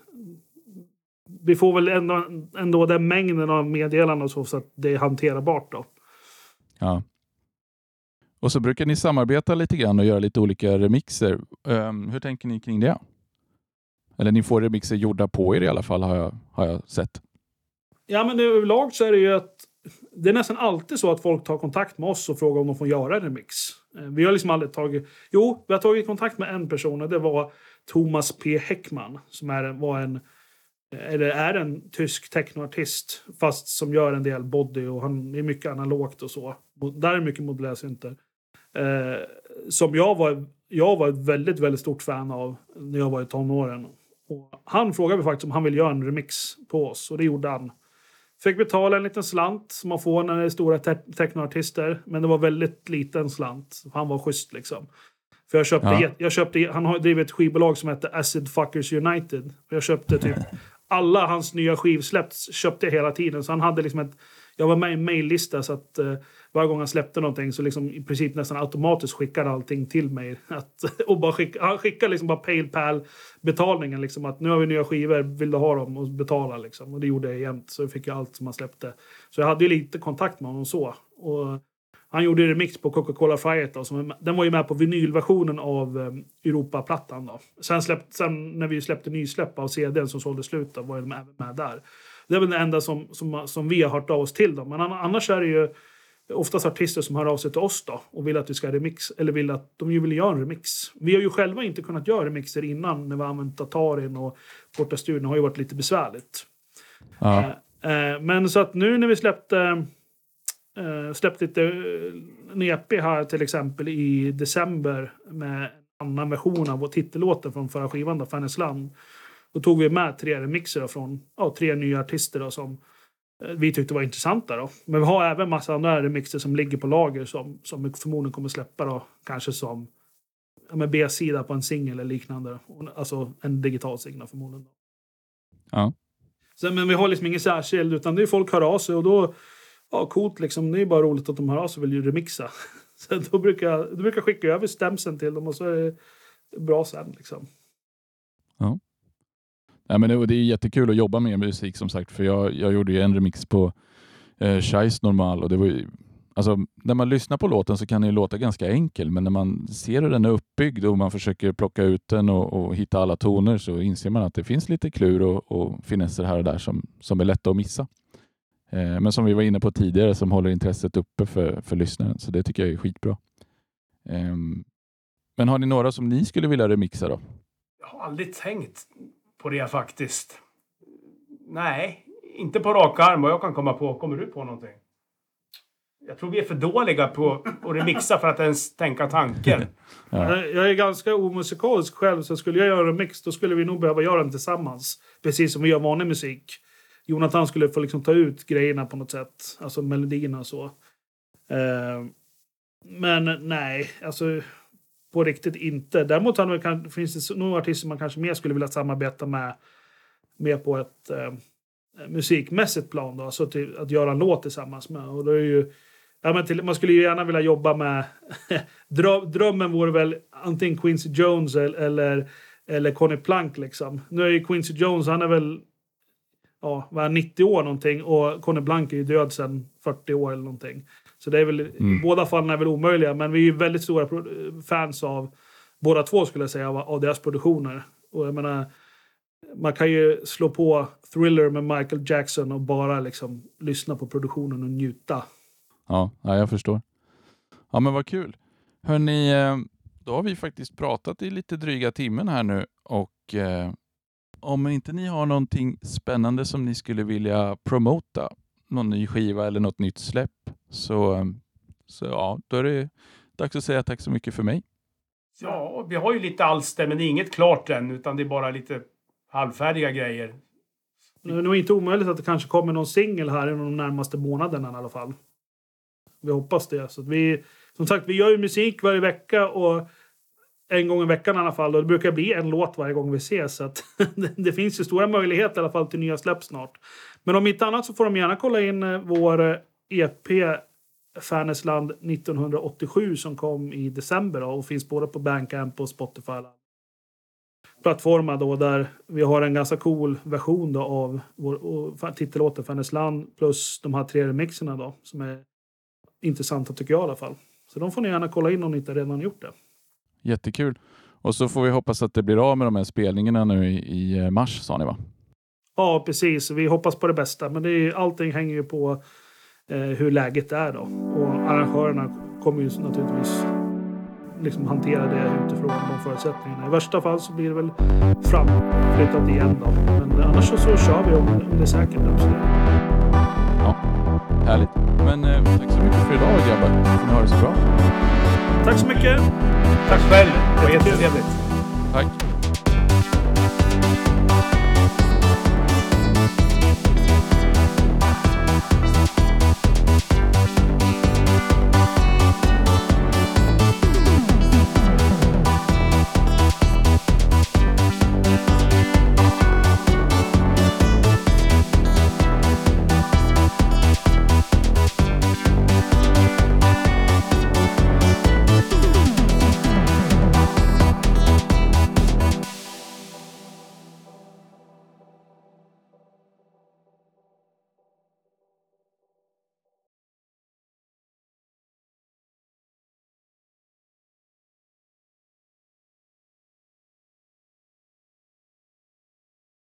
vi får väl ändå den mängden av meddelanden så att det är hanterbart då. Ja. Och så brukar ni samarbeta lite grann och göra lite olika remixer. Hur tänker ni kring det? Eller ni får remixer gjorda på er i alla fall har jag sett. Ja men överlag så är det ju att det är nästan alltid så att folk tar kontakt med oss och frågar om de får göra en remix. Vi har liksom aldrig vi har tagit kontakt med en person och det var Thomas P. Häckman som är en tysk technoartist fast som gör en del body och han är mycket analogt och så. Där är mycket modulära synter. Som jag var ett väldigt, väldigt stort fan av när jag var i tonåren. Och han frågade mig faktiskt om han ville göra en remix på oss och det gjorde han Fick betala en liten slant som man får när det är stora technoartister. Men det var väldigt liten slant. Han var schysst liksom. För jag köpte, han har drivit ett skivbolag som heter Acid Fuckers United. Jag köpte typ alla hans nya skivsläpp köpte jag hela tiden. Så han hade liksom jag var med i en maillista så att varje gång han släppte någonting så liksom i princip nästan automatiskt skickade allting till mig. Han skickade liksom bara PayPal-betalningen liksom att nu har vi nya skivor, vill du ha dem och betala liksom. Och det gjorde jag jämt, så fick jag allt som han släppte. Så jag hade ju lite kontakt med honom så. Och han gjorde remix på Coca-Cola Friday då, den var ju med på vinylversionen av Europa-plattan då. Sen när vi släppte nysläpp av CD:n som sålde slut då, var de även med där. Det är väl det enda som vi har hört av oss till dem. Men annars är det ju oftast artister som hör av sig till oss då och vill att vi ska remix, eller vill att de vill göra en remix. Vi har ju själva inte kunnat göra remixer innan när vi har använt Atarin och Porta-studion har ju varit lite besvärligt. Ja. Men så att nu när vi släppte lite en EP här till exempel i december med en annan version av vår titellåten från förra skivan då, Fanesland. Då tog vi med 3 remixer från 3 nya artister då, som vi tyckte var intressanta då. Men vi har även massa andra remixer som ligger på lager som vi förmodligen kommer släppa då. Kanske som B-sida på en singel eller liknande. Alltså en digital singel förmodligen. Ja. Men vi har liksom ingen särskild, utan det är folk hör av sig och då coolt liksom. Det är bara roligt att de hör av sig och vill ju remixa. Så då brukar jag skicka över stämsen till dem och så är det bra sen liksom. Ja. Ja, men det är jättekul att jobba med musik som sagt, för jag gjorde ju en remix på Scheiß Normal och det var ju, alltså när man lyssnar på låten så kan det ju låta ganska enkel, men när man ser hur den är uppbyggd och man försöker plocka ut den och hitta alla toner så inser man att det finns lite klur och finesser här och där som är lätta att missa. Men som vi var inne på tidigare, som håller intresset uppe för lyssnaren, så det tycker jag är skitbra. Men har ni några som ni skulle vilja remixa då? Jag har aldrig tänkt på det faktiskt. Nej, inte på rak arm vad jag kan komma på. Kommer du på någonting? Jag tror vi är för dåliga på att remixa för att ens tänka tanken. Ja. Jag är ganska omusikalisk själv, så skulle jag göra en remix då skulle vi nog behöva göra den tillsammans. Precis som vi gör vanlig musik. Jonathan skulle få liksom ta ut grejerna på något sätt. Alltså melodierna och så. Men nej, alltså på riktigt inte. Däremot finns det några artister man kanske mer skulle vilja samarbeta med på ett musikmässigt plan då, alltså till att göra en låt tillsammans med. Och då är ju man skulle ju gärna vilja jobba med drömmen vore väl antingen Quincy Jones eller Conny Plank liksom. Nu är ju Quincy Jones, han är väl var 90 år någonting och Conny Plank är ju död sedan 40 år eller någonting. Så det är väl i båda fallen är väl omöjliga, men vi är ju väldigt stora fans av båda två skulle jag säga av deras produktioner. Och jag menar, man kan ju slå på Thriller med Michael Jackson och bara liksom lyssna på produktionen och njuta. Ja, jag förstår. Ja, men vad kul. Hörrni, då har vi faktiskt pratat i lite dryga timmen här nu och om inte ni har någonting spännande som ni skulle vilja promota, någon ny skiva eller något nytt släpp, så ja, då är det dags att säga tack så mycket för mig. Ja, vi har ju lite alster, men det är inget klart än, utan det är bara lite halvfärdiga grejer. Det är nog inte omöjligt att det kanske kommer någon singel här i de närmaste månaderna i alla fall. Vi hoppas det. Så att som sagt, vi gör ju musik varje vecka och en gång i veckan i alla fall. Och det brukar bli en låt varje gång vi ses. Så att det finns ju stora möjligheter i alla fall till nya släpp snart. Men om inte annat så får de gärna kolla in vår EP Fanesland 1987 som kom i december då, och finns både på Bandcamp och Spotify. Plattformar då där vi har en ganska cool version då av vår titellåten Fanesland plus de här 3 remixerna då som är intressanta tycker jag i alla fall. Så de får ni gärna kolla in om ni inte redan gjort det. Jättekul. Och så får vi hoppas att det blir av med de här spelningarna nu i mars, sa ni va? Ja, precis. Vi hoppas på det bästa. Men allting hänger ju på hur läget är då. Och arrangörerna kommer ju naturligtvis liksom hantera det utifrån de förutsättningarna. I värsta fall så blir det väl framflyttat igen då. Men annars så kör vi om det är säkert. Absolut. Ja, härligt. Men tack så mycket för idag, grabbar. Får ni ha det så bra. Tack så mycket. Tack själv. Det var jättetrevligt. Tack.